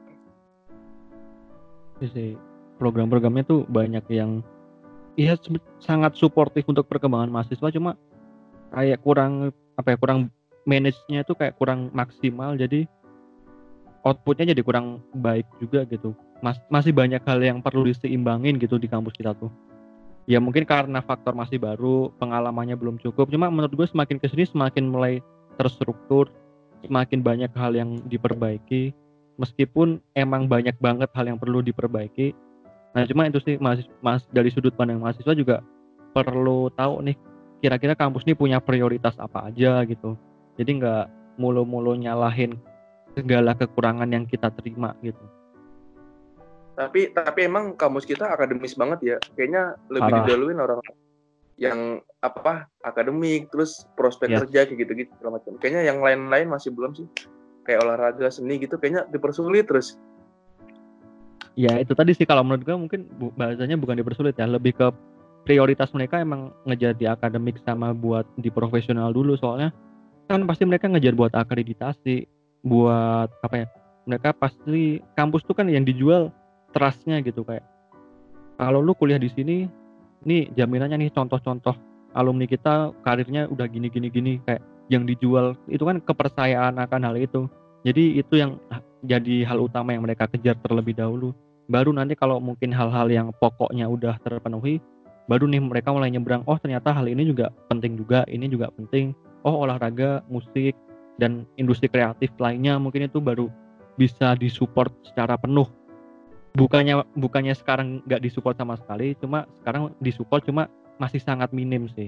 Iya sih, program-programnya tuh banyak yang iya sangat suportif untuk perkembangan mahasiswa, cuma kayak kurang apa ya kurang manage-nya tuh kayak kurang maksimal, jadi outputnya jadi kurang baik juga gitu. Mas, masih banyak hal yang perlu diseimbangin gitu di kampus kita tuh. Ya mungkin karena faktor masih baru, pengalamannya belum cukup. Cuma menurut gue semakin kesini semakin mulai terstruktur, semakin banyak hal yang diperbaiki. Meskipun emang banyak banget hal yang perlu diperbaiki. Nah cuma itu sih mas, mas dari sudut pandang mahasiswa juga perlu tahu nih kira-kira kampus ini punya prioritas apa aja gitu. Jadi nggak mulu-mulu nyalahin segala kekurangan yang kita terima gitu. Tapi tapi emang kampus kita akademis banget ya. Kayaknya lebih Parah. didaluin orang yang apa akademik, terus prospek Yes. kerja kayak gitu-gitu segala macam. Kayaknya yang lain-lain masih belum sih. Kayak olahraga, seni gitu kayaknya dipersulit terus. Ya itu tadi sih kalau menurut gue mungkin bu, bahasanya bukan dipersulit ya, lebih ke prioritas mereka emang ngejar di akademik sama buat di profesional dulu, soalnya kan pasti mereka ngejar buat akreditasi, buat apa ya, mereka pasti kampus tuh kan yang dijual trustnya gitu, kayak kalau lu kuliah di sini nih jaminannya nih contoh-contoh alumni kita karirnya udah gini gini gini, kayak yang dijual itu kan kepercayaan akan hal itu. Jadi itu yang jadi hal utama yang mereka kejar terlebih dahulu, baru nanti kalau mungkin hal-hal yang pokoknya udah terpenuhi baru nih mereka mulai nyebrang, oh ternyata hal ini juga penting juga, ini juga penting. Oh olahraga, musik, dan industri kreatif lainnya mungkin itu baru bisa disupport secara penuh. Bukannya bukannya sekarang nggak disupport sama sekali, cuma sekarang disupport cuma masih sangat minim sih.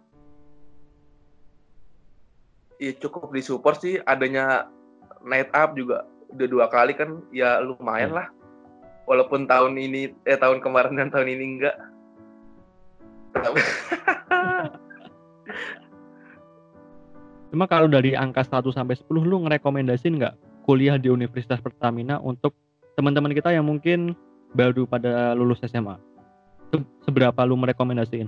Iya cukup disupport sih, adanya Night Up juga udah dua kali kan, ya lumayan Ya. lah. Walaupun tahun ini eh tahun kemarin dan tahun ini enggak. Cuma kalau dari angka satu sampai sepuluh lu ngerekomendasiin nggak kuliah di Universitas Pertamina untuk teman-teman kita yang mungkin baru pada lulus S M A? Se- Seberapa lu merekomendasiin?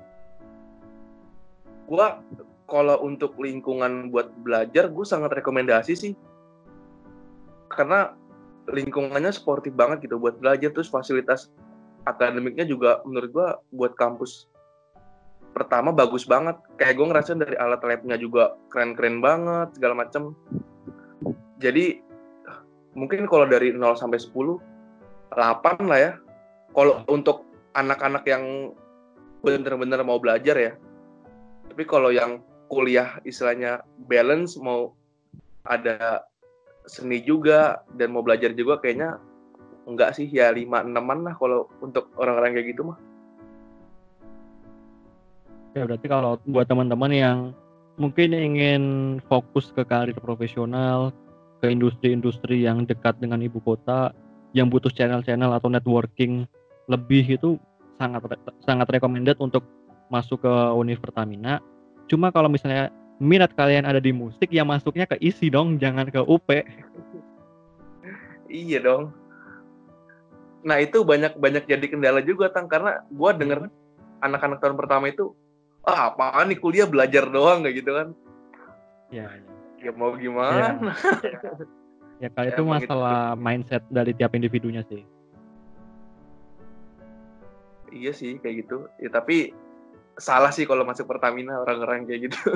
Gua kalau untuk lingkungan buat belajar, gue sangat rekomendasi sih. Karena lingkungannya sportif banget gitu buat belajar, terus fasilitas akademiknya juga menurut gue buat kampus pertama bagus banget. Kayak gue ngerasain dari alat labnya juga keren-keren banget segala macem. Jadi mungkin kalau dari nol sampai sepuluh, delapan lah ya. Kalau untuk anak-anak yang bener-bener mau belajar ya. Tapi kalau yang kuliah istilahnya balance, mau ada seni juga dan mau belajar juga, kayaknya enggak sih, ya lima enaman lah kalau untuk orang-orang kayak gitu mah. Ya berarti kalau buat teman-teman yang mungkin ingin fokus ke karir profesional, ke industri-industri yang dekat dengan ibu kota, yang butuh channel-channel atau networking lebih, itu sangat sangat recommended untuk masuk ke Univ Pertamina. Cuma kalau misalnya minat kalian ada di musik, ya masuknya ke I S I dong, jangan ke U P. Iya dong. Nah itu banyak banyak jadi kendala juga Tang, karena gue denger anak-anak tahun pertama itu, ah apaan nih kuliah belajar doang kayak gitu kan. Ya, Ya mau gimana. ya kali itu Emang itu masalah mindset dari tiap individunya sih. iya sih kayak gitu. Ya tapi salah sih kalau masuk Pertamina orang-orang kayak gitu.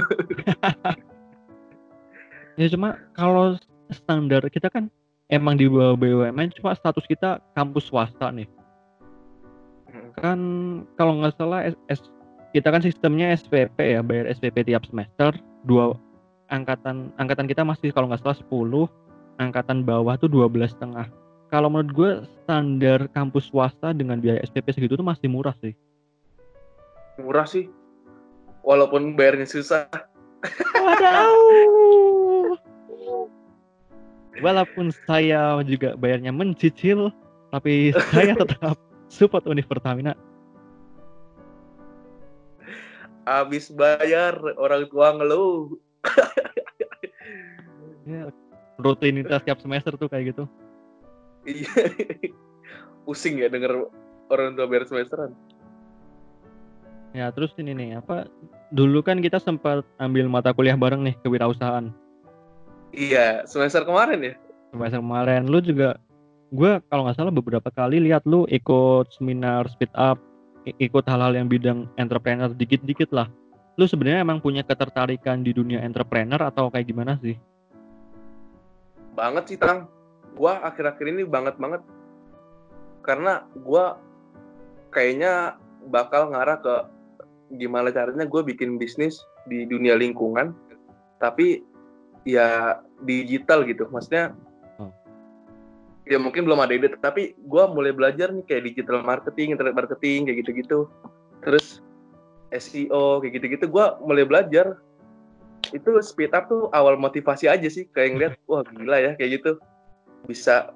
Ya cuma kalau standar kita kan emang di bawah B U M N, cuma status kita kampus swasta nih. Kan kalau nggak salah S, S- kita kan sistemnya S P P ya, bayar S P P tiap semester. Dua angkatan angkatan kita masih kalau nggak salah sepuluh, angkatan bawah tuh dua belas setengah. Kalau menurut gue standar kampus swasta dengan biaya S P P segitu tuh masih murah sih. Murah sih. Walaupun bayarnya susah. Waduh. Walaupun saya juga bayarnya mencicil, tapi saya tetap support Univ Pertamina. Habis bayar orang tua ngeluh. Ya, rutinitas tiap semester tuh kayak gitu. Iya. Pusing ya denger orang tua bayar semesteran. Ya terus ini nih apa, dulu kan kita sempat ambil mata kuliah bareng nih, kewirausahaan. Iya, semester kemarin ya. Semester kemarin lu juga, gue kalau nggak salah beberapa kali lihat lu ikut seminar speed up, i- ikut hal-hal yang bidang entrepreneur dikit-dikit lah. Lu sebenarnya emang punya ketertarikan di dunia entrepreneur atau kayak gimana sih? Banget sih Tang. Gua akhir-akhir ini banget banget. Karena gua kayaknya bakal ngarah ke gimana caranya gue bikin bisnis di dunia lingkungan, tapi ya digital gitu. Maksudnya Oh. ya mungkin belum ada ide, tapi gue mulai belajar nih kayak digital marketing, internet marketing, kayak gitu-gitu. Terus S E O, kayak gitu-gitu. Gue mulai belajar. Itu speed up tuh awal motivasi aja sih. Kayak ngeliat, wah gila ya, kayak gitu. Bisa,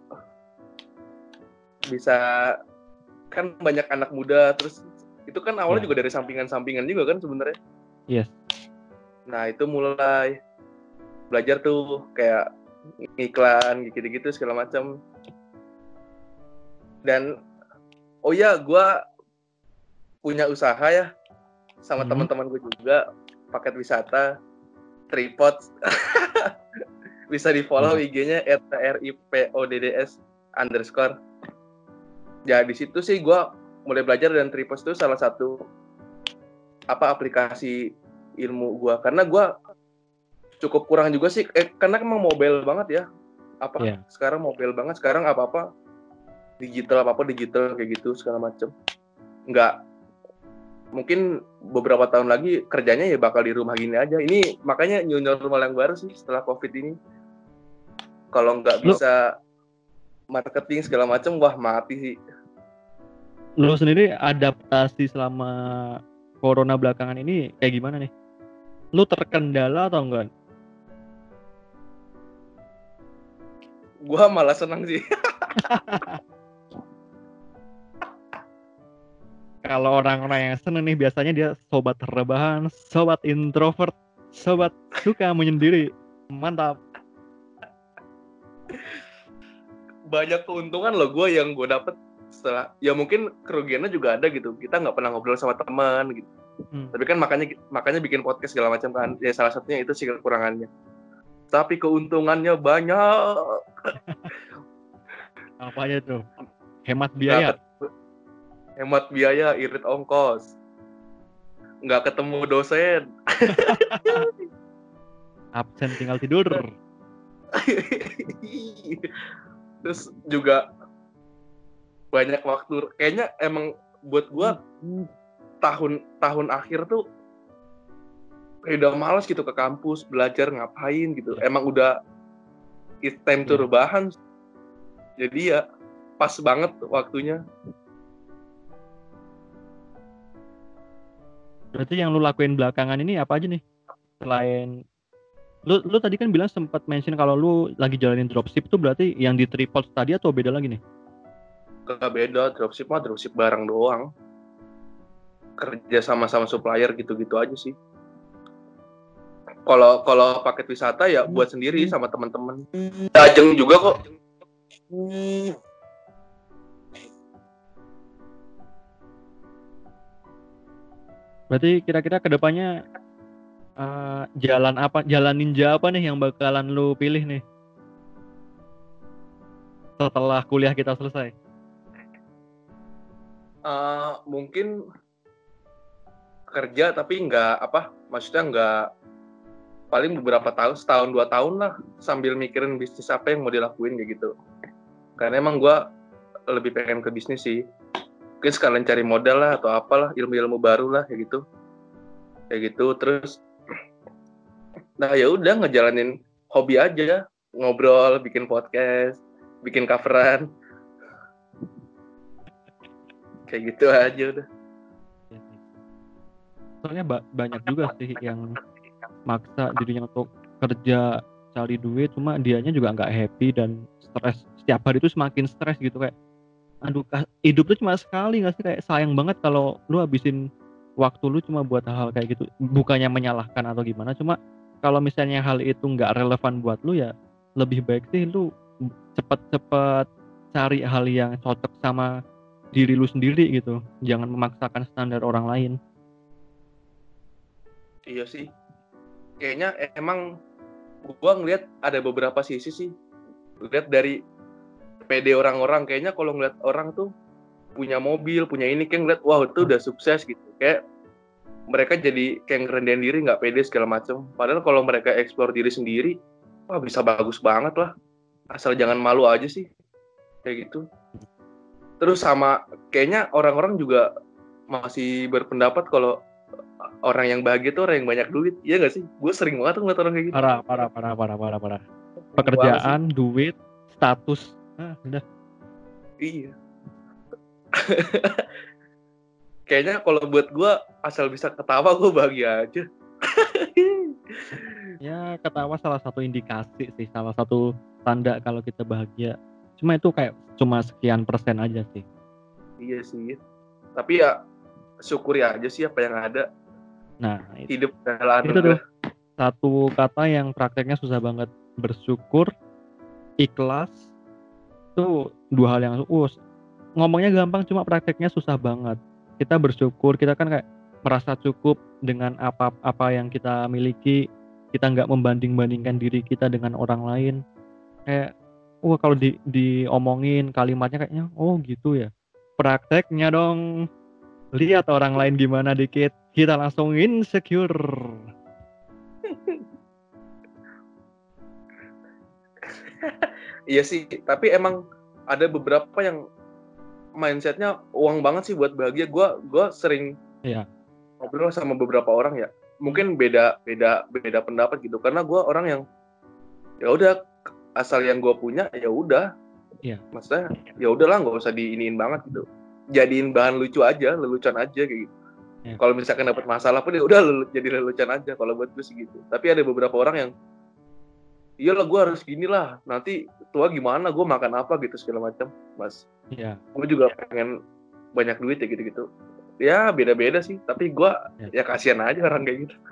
bisa kan banyak anak muda, terus itu kan awalnya Ya. juga dari sampingan-sampingan juga kan sebenarnya. Yes. Nah itu mulai belajar tuh kayak iklan gitu-gitu segala macam. Dan oh ya, gue punya usaha ya sama Hmm. teman-teman gue juga, paket wisata, tripod. Bisa di follow Hmm. I G-nya at tripodds underscore. Ya di situ sih gue mulai belajar, dan tripod itu salah satu apa aplikasi ilmu gue, karena gue cukup kurang juga sih, eh, karena emang mobile banget ya, apa Yeah. sekarang mobile banget, sekarang apa apa digital, apa apa digital kayak gitu segala macem, nggak mungkin beberapa tahun lagi kerjanya ya bakal di rumah gini aja. Ini makanya new normal yang baru sih setelah COVID ini. Kalau nggak bisa marketing segala macam, wah mati sih. Lu sendiri adaptasi selama corona belakangan ini kayak gimana nih? Lu terkendala atau enggak? Gua malah senang sih. Kalau orang-orang yang seneng nih biasanya dia sobat rebahan, sobat introvert, sobat suka menyendiri. Mantap. Banyak keuntungan loh gue yang gue dapet setelah, ya mungkin kerugiannya juga ada gitu. Kita nggak pernah ngobrol sama teman gitu. Hmm. Tapi kan makanya makanya bikin podcast segala macam kan. Ya salah satunya itu sih kekurangannya. Tapi keuntungannya banyak. Apa aja tuh? Hemat biaya. Hemat biaya, irit ongkos. Nggak ketemu dosen. Absen tinggal tidur. Terus juga banyak waktu. Kayaknya emang buat gua tahun tahun akhir tuh udah malas gitu ke kampus, belajar ngapain gitu. Emang udah it's time to rebahan. Jadi ya pas banget waktunya. Berarti yang lu lakuin belakangan ini apa aja nih? Selain lu lu tadi kan bilang sempat mention kalau lu lagi jalanin dropship tuh berarti yang di Tripod tadi atau beda lagi nih? Gak beda, dropship mah dropship barang doang. Kerja sama-sama supplier gitu-gitu aja sih. Kalau kalau paket wisata ya buat sendiri sama teman-teman. Dajeng juga kok. Berarti kira-kira kedepannya uh, jalan apa, jalan ninja apa nih yang bakalan lu pilih nih setelah kuliah kita selesai? Uh, mungkin kerja tapi nggak apa, maksudnya nggak, paling beberapa tahun, setahun dua tahun lah sambil mikirin bisnis apa yang mau dilakuin kayak gitu. Karena emang gue lebih pengen ke bisnis sih. Mungkin sekalian cari modal lah atau apalah, ilmu-ilmu baru lah kayak gitu. Kayak gitu terus nah ya udah ngejalanin hobi aja, ngobrol, bikin podcast, bikin coveran. Kayak gitu aja udah. Soalnya ba- banyak juga sih yang maksa dirinya untuk kerja cari duit, cuma dianya juga nggak happy dan stres. Setiap hari itu semakin stres gitu, kayak aduh, hidup tuh cuma sekali nggak sih, kayak sayang banget kalau lu habisin waktu lu cuma buat hal-hal kayak gitu. Bukannya menyalahkan atau gimana, cuma kalau misalnya hal itu nggak relevan buat lu ya lebih baik sih lu cepet-cepet cari hal yang cocok sama diri lu sendiri gitu, jangan memaksakan standar orang lain. Iya sih, kayaknya emang gua ngeliat ada beberapa sisi sih. Lihat dari pede orang-orang, kayaknya kalau ngeliat orang tuh punya mobil, punya ini, kayak ngeliat wow itu udah sukses gitu, kayak mereka jadi kayak ngerendahin diri, nggak pede segala macam. Padahal kalau mereka eksplor diri sendiri, wah bisa bagus banget lah, asal jangan malu aja sih kayak gitu. Terus sama kayaknya orang-orang juga masih berpendapat kalau orang yang bahagia tuh orang yang banyak duit, iya nggak sih? Gue sering banget tuh ngeliat orang kayak gitu. Parah, parah, parah, parah, parah, parah. Pekerjaan, duit, status. Ah, udah. Iya. Kayaknya kalau buat gue asal bisa ketawa gue bahagia aja. Ya ketawa salah satu indikasi sih, salah satu tanda kalau kita bahagia. Cuma itu kayak cuma sekian persen aja sih. Iya sih. Tapi ya syukuri aja sih apa yang ada. Nah, itu. Hidup adalah itu tuh satu kata yang prakteknya susah banget. Bersyukur, ikhlas. Itu dua hal yang uh, ngomongnya gampang, cuma prakteknya susah banget. Kita bersyukur, kita kan kayak merasa cukup dengan apa-apa yang kita miliki. Kita nggak membanding-bandingkan diri kita dengan orang lain. Kayak, wah kalau di diomongin kalimatnya kayaknya, oh gitu ya. Prakteknya dong, lihat orang lain gimana dikit, kita langsung insecure. Iya sih, tapi emang ada beberapa yang mindsetnya uang banget sih buat bahagia. Gue gue sering Iya. ngobrol sama beberapa orang ya, mungkin beda beda beda pendapat gitu. Karena gue orang yang ya udah asal yang gue punya ya udah. Iya. Maksudnya ya udahlah nggak usah diiniin banget gitu. Jadiin bahan lucu aja, lelucon aja kayak gitu. Iya. Kalau misalkan dapat masalah pun ya udah lelu- jadi lelucon aja kalau buat gue sih gitu. Tapi ada beberapa orang yang iyalah gue harus gini lah, nanti tua gimana, gue makan apa gitu segala macam, mas. Iya. Gue juga pengen banyak duit ya gitu-gitu. Ya beda-beda sih, tapi gue Ya. ya kasihan aja orang kayak gitu.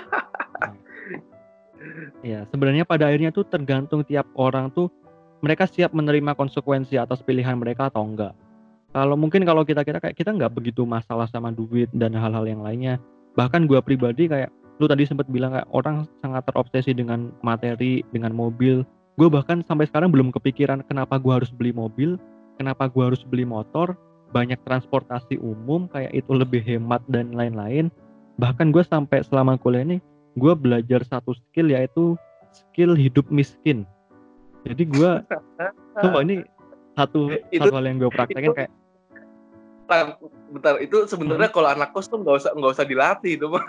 Iya, sebenarnya pada akhirnya tuh tergantung tiap orang tuh mereka siap menerima konsekuensi atas pilihan mereka atau enggak. Kalau mungkin kalau kita kira kayak kita nggak begitu masalah sama duit dan hal-hal yang lainnya. Bahkan gua pribadi kayak lu tadi sempat bilang kayak orang sangat terobsesi dengan materi, dengan mobil. Gue bahkan sampai sekarang belum kepikiran kenapa gua harus beli mobil, kenapa gua harus beli motor, banyak transportasi umum kayak itu lebih hemat dan lain-lain. Bahkan gue sampai selama kuliah ini gue belajar satu skill yaitu skill hidup miskin. Jadi gue tuh ini satu Itu- satu hal yang gue praktekin itu- kayak Bentar, bentar itu sebenarnya kalau anak kos tuh nggak usah nggak usah dilatih itu mah.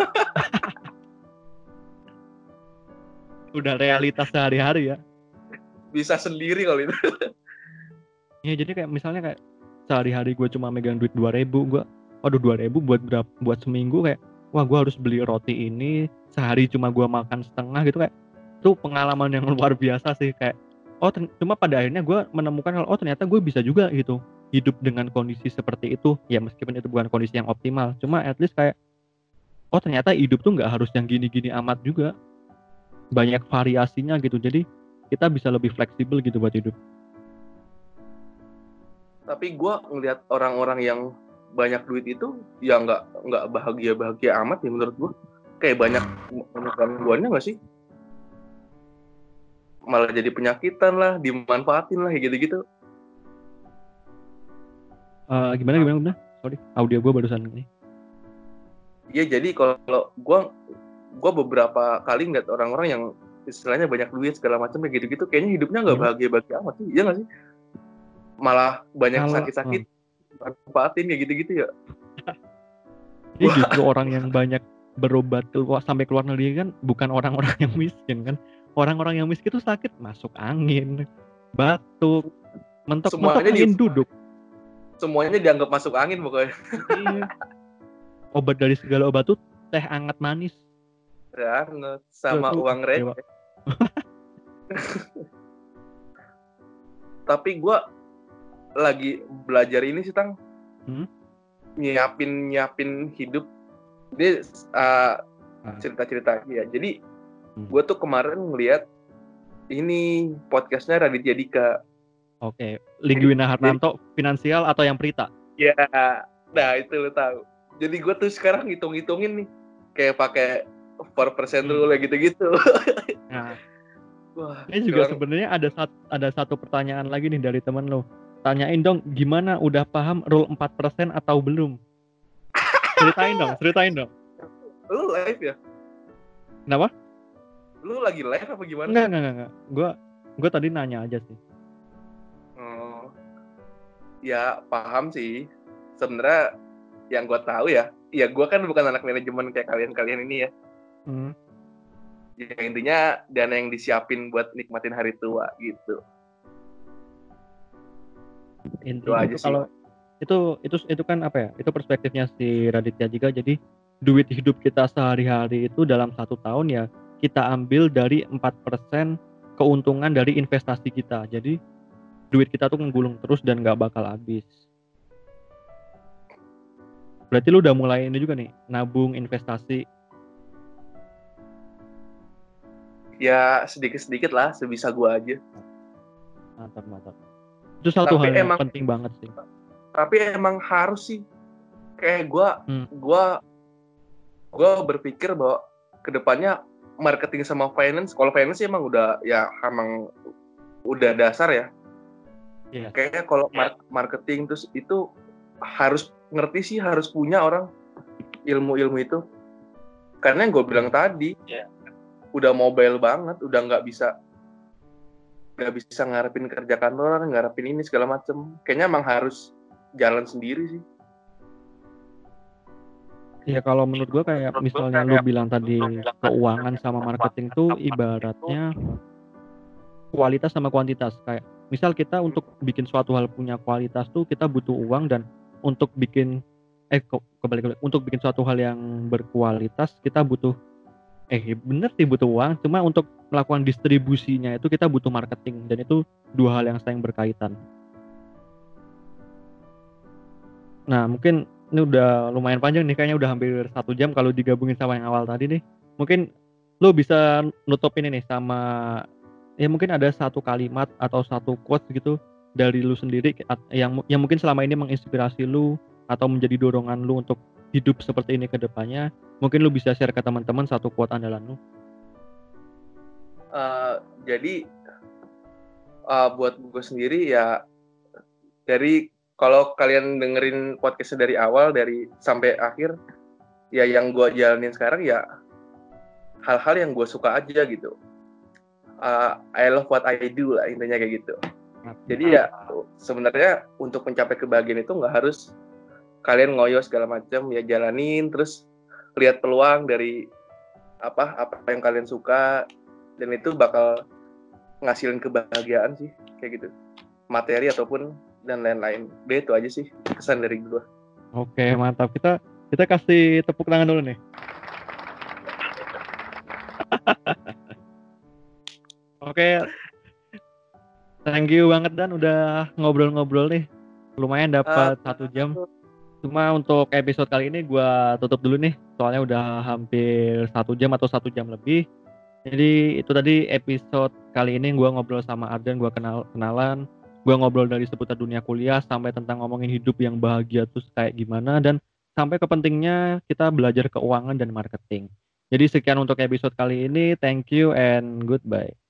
udah realitas sehari-hari ya. Bisa sendiri kalau itu. Ya jadi kayak misalnya kayak sehari-hari gue cuma megang duit dua ribu, gue waduh dua ribu buat berapa buat seminggu kayak wah gue harus beli roti ini sehari cuma gue makan setengah gitu kayak itu pengalaman yang luar biasa sih kayak oh ten- cuma pada akhirnya gue menemukan kalau oh ternyata gue bisa juga gitu hidup dengan kondisi seperti itu ya meskipun itu bukan kondisi yang optimal cuma at least kayak oh ternyata hidup tuh nggak harus yang gini-gini amat juga banyak variasinya gitu jadi kita bisa lebih fleksibel gitu buat hidup. Tapi gue ngelihat orang-orang yang banyak duit itu ya nggak nggak bahagia bahagia amat ya menurut gue. Kayak banyak banyak gangguannya nggak sih? Malah jadi penyakitan lah, dimanfaatin lah, kayak gitu-gitu. Uh, gimana gimana gimana? Sorry, audio gue barusan ini. Iya, jadi kalau gue gue beberapa kali ngeliat orang-orang yang istilahnya banyak duit segala macam kayak gitu-gitu, kayaknya hidupnya nggak Hmm. bahagia-bahagia amat sih, iya nggak sih? Malah banyak Kalau- sakit-sakit, manfaatin kayak gitu-gitu ya. Ini justru orang yang banyak berobat keluar sampai keluar negeri kan bukan orang-orang yang miskin kan. Orang-orang yang miskin itu sakit masuk angin, batuk, mentok-mentok Semuanya angin di- duduk. Semuanya dianggap masuk angin pokoknya. Iya. Obat dari segala obat tuh teh hangat manis. Banget. Sama Tuh, uang dewa. receh. Tapi gue lagi belajar ini sih, Tang. Hmm? Nyiapin nyiapin hidup. Dia uh, Ah. cerita-cerita ya. Jadi Hmm. gue tuh kemarin ngeliat ini podcastnya Raditya Dika. Oke, Lingguina Hartanto finansial atau yang Prita? Ya, nah itu lo tahu. Jadi gue tuh sekarang ngitung-ngitungin nih, kayak pakai four percent Hmm. rule gitu-gitu. Nah, Wah, ini juga sekarang sebenarnya ada satu ada satu pertanyaan lagi nih dari temen lo. Tanyain dong, gimana udah paham rule empat persen atau belum? Ceritain dong, ceritain dong. lu live ya? Kenapa? Lu lagi live apa gimana? Enggak, enggak, enggak, enggak. Gua gua tadi nanya aja sih. Oh, ya paham sih. Sebenarnya yang gue tahu ya, ya gue kan bukan anak manajemen kayak kalian-kalian ini ya. Hmm. Ya intinya dana yang disiapin buat nikmatin hari tua gitu. Intinya aja itu sih. kalau itu itu itu kan apa ya? Itu perspektifnya si Raditya juga. Jadi duit hidup kita sehari-hari itu dalam satu tahun ya kita ambil dari empat persen keuntungan dari investasi kita. Jadi duit kita tuh menggulung terus dan nggak bakal habis. Berarti lu udah mulai ini juga nih, nabung investasi. Ya sedikit-sedikit lah, sebisa gue aja. Mantap, mantap. Itu satu Tapi hal yang emang- penting banget sih. Tapi emang harus sih. Kayak gue, Hmm. gue, gue berpikir bahwa kedepannya marketing sama finance, kalau finance sih emang udah ya emang udah dasar ya. Iya. Kayaknya kalau mar- marketing terus itu harus ngerti sih, harus punya orang ilmu-ilmu itu. Karena yang gue bilang tadi, Iya. udah mobile banget, udah nggak bisa nggak bisa ngarepin kerja kantoran, ngarepin ini segala macem. Kayaknya emang harus jalan sendiri sih. Ya kalau menurut gua kayak misalnya lu bilang tadi keuangan sama marketing tuh ibaratnya kualitas sama kuantitas. Kayak misal kita untuk bikin suatu hal punya kualitas tuh kita butuh uang, dan untuk bikin eh kok kebalik kebalik. Untuk bikin suatu hal yang berkualitas kita butuh eh bener sih butuh uang, cuma untuk melakukan distribusinya itu kita butuh marketing, dan itu dua hal yang saling berkaitan. Nah, mungkin ini udah lumayan panjang nih, kayaknya udah hampir satu jam kalau digabungin sama yang awal tadi nih. Mungkin lu bisa nutup ini nih sama, ya mungkin ada satu kalimat atau satu quote gitu dari lu sendiri at- yang yang mungkin selama ini menginspirasi lu atau menjadi dorongan lu untuk hidup seperti ini ke depannya. Mungkin lu bisa share ke teman-teman satu quote andalan lu. Uh, jadi uh, buat gue sendiri ya, dari kalau kalian dengerin podcastnya dari awal dari sampai akhir, ya yang gue jalanin sekarang ya hal-hal yang gue suka aja gitu. Uh, I love what I do lah, intinya kayak gitu. Jadi ya sebenarnya untuk mencapai kebahagiaan itu nggak harus kalian ngoyo segala macam, ya jalanin terus lihat peluang dari apa apa yang kalian suka, dan itu bakal ngasilin kebahagiaan sih kayak gitu, materi ataupun dan lain-lain. Udah itu aja sih kesan dari gue. Oke, mantap. Kita kita kasih tepuk tangan dulu nih. Oke. Thank you banget Dan udah ngobrol-ngobrol nih. Lumayan dapat uh, satu jam. Cuma untuk episode kali ini gue tutup dulu nih. Soalnya udah hampir satu jam atau satu jam lebih. Jadi itu tadi episode kali ini gue ngobrol sama Ardan, gue kenal kenalan. Gue ngobrol dari seputar dunia kuliah sampai tentang ngomongin hidup yang bahagia terus kayak gimana, dan sampai ke pentingnya kita belajar keuangan dan marketing. Jadi sekian untuk episode kali ini. Thank you and goodbye.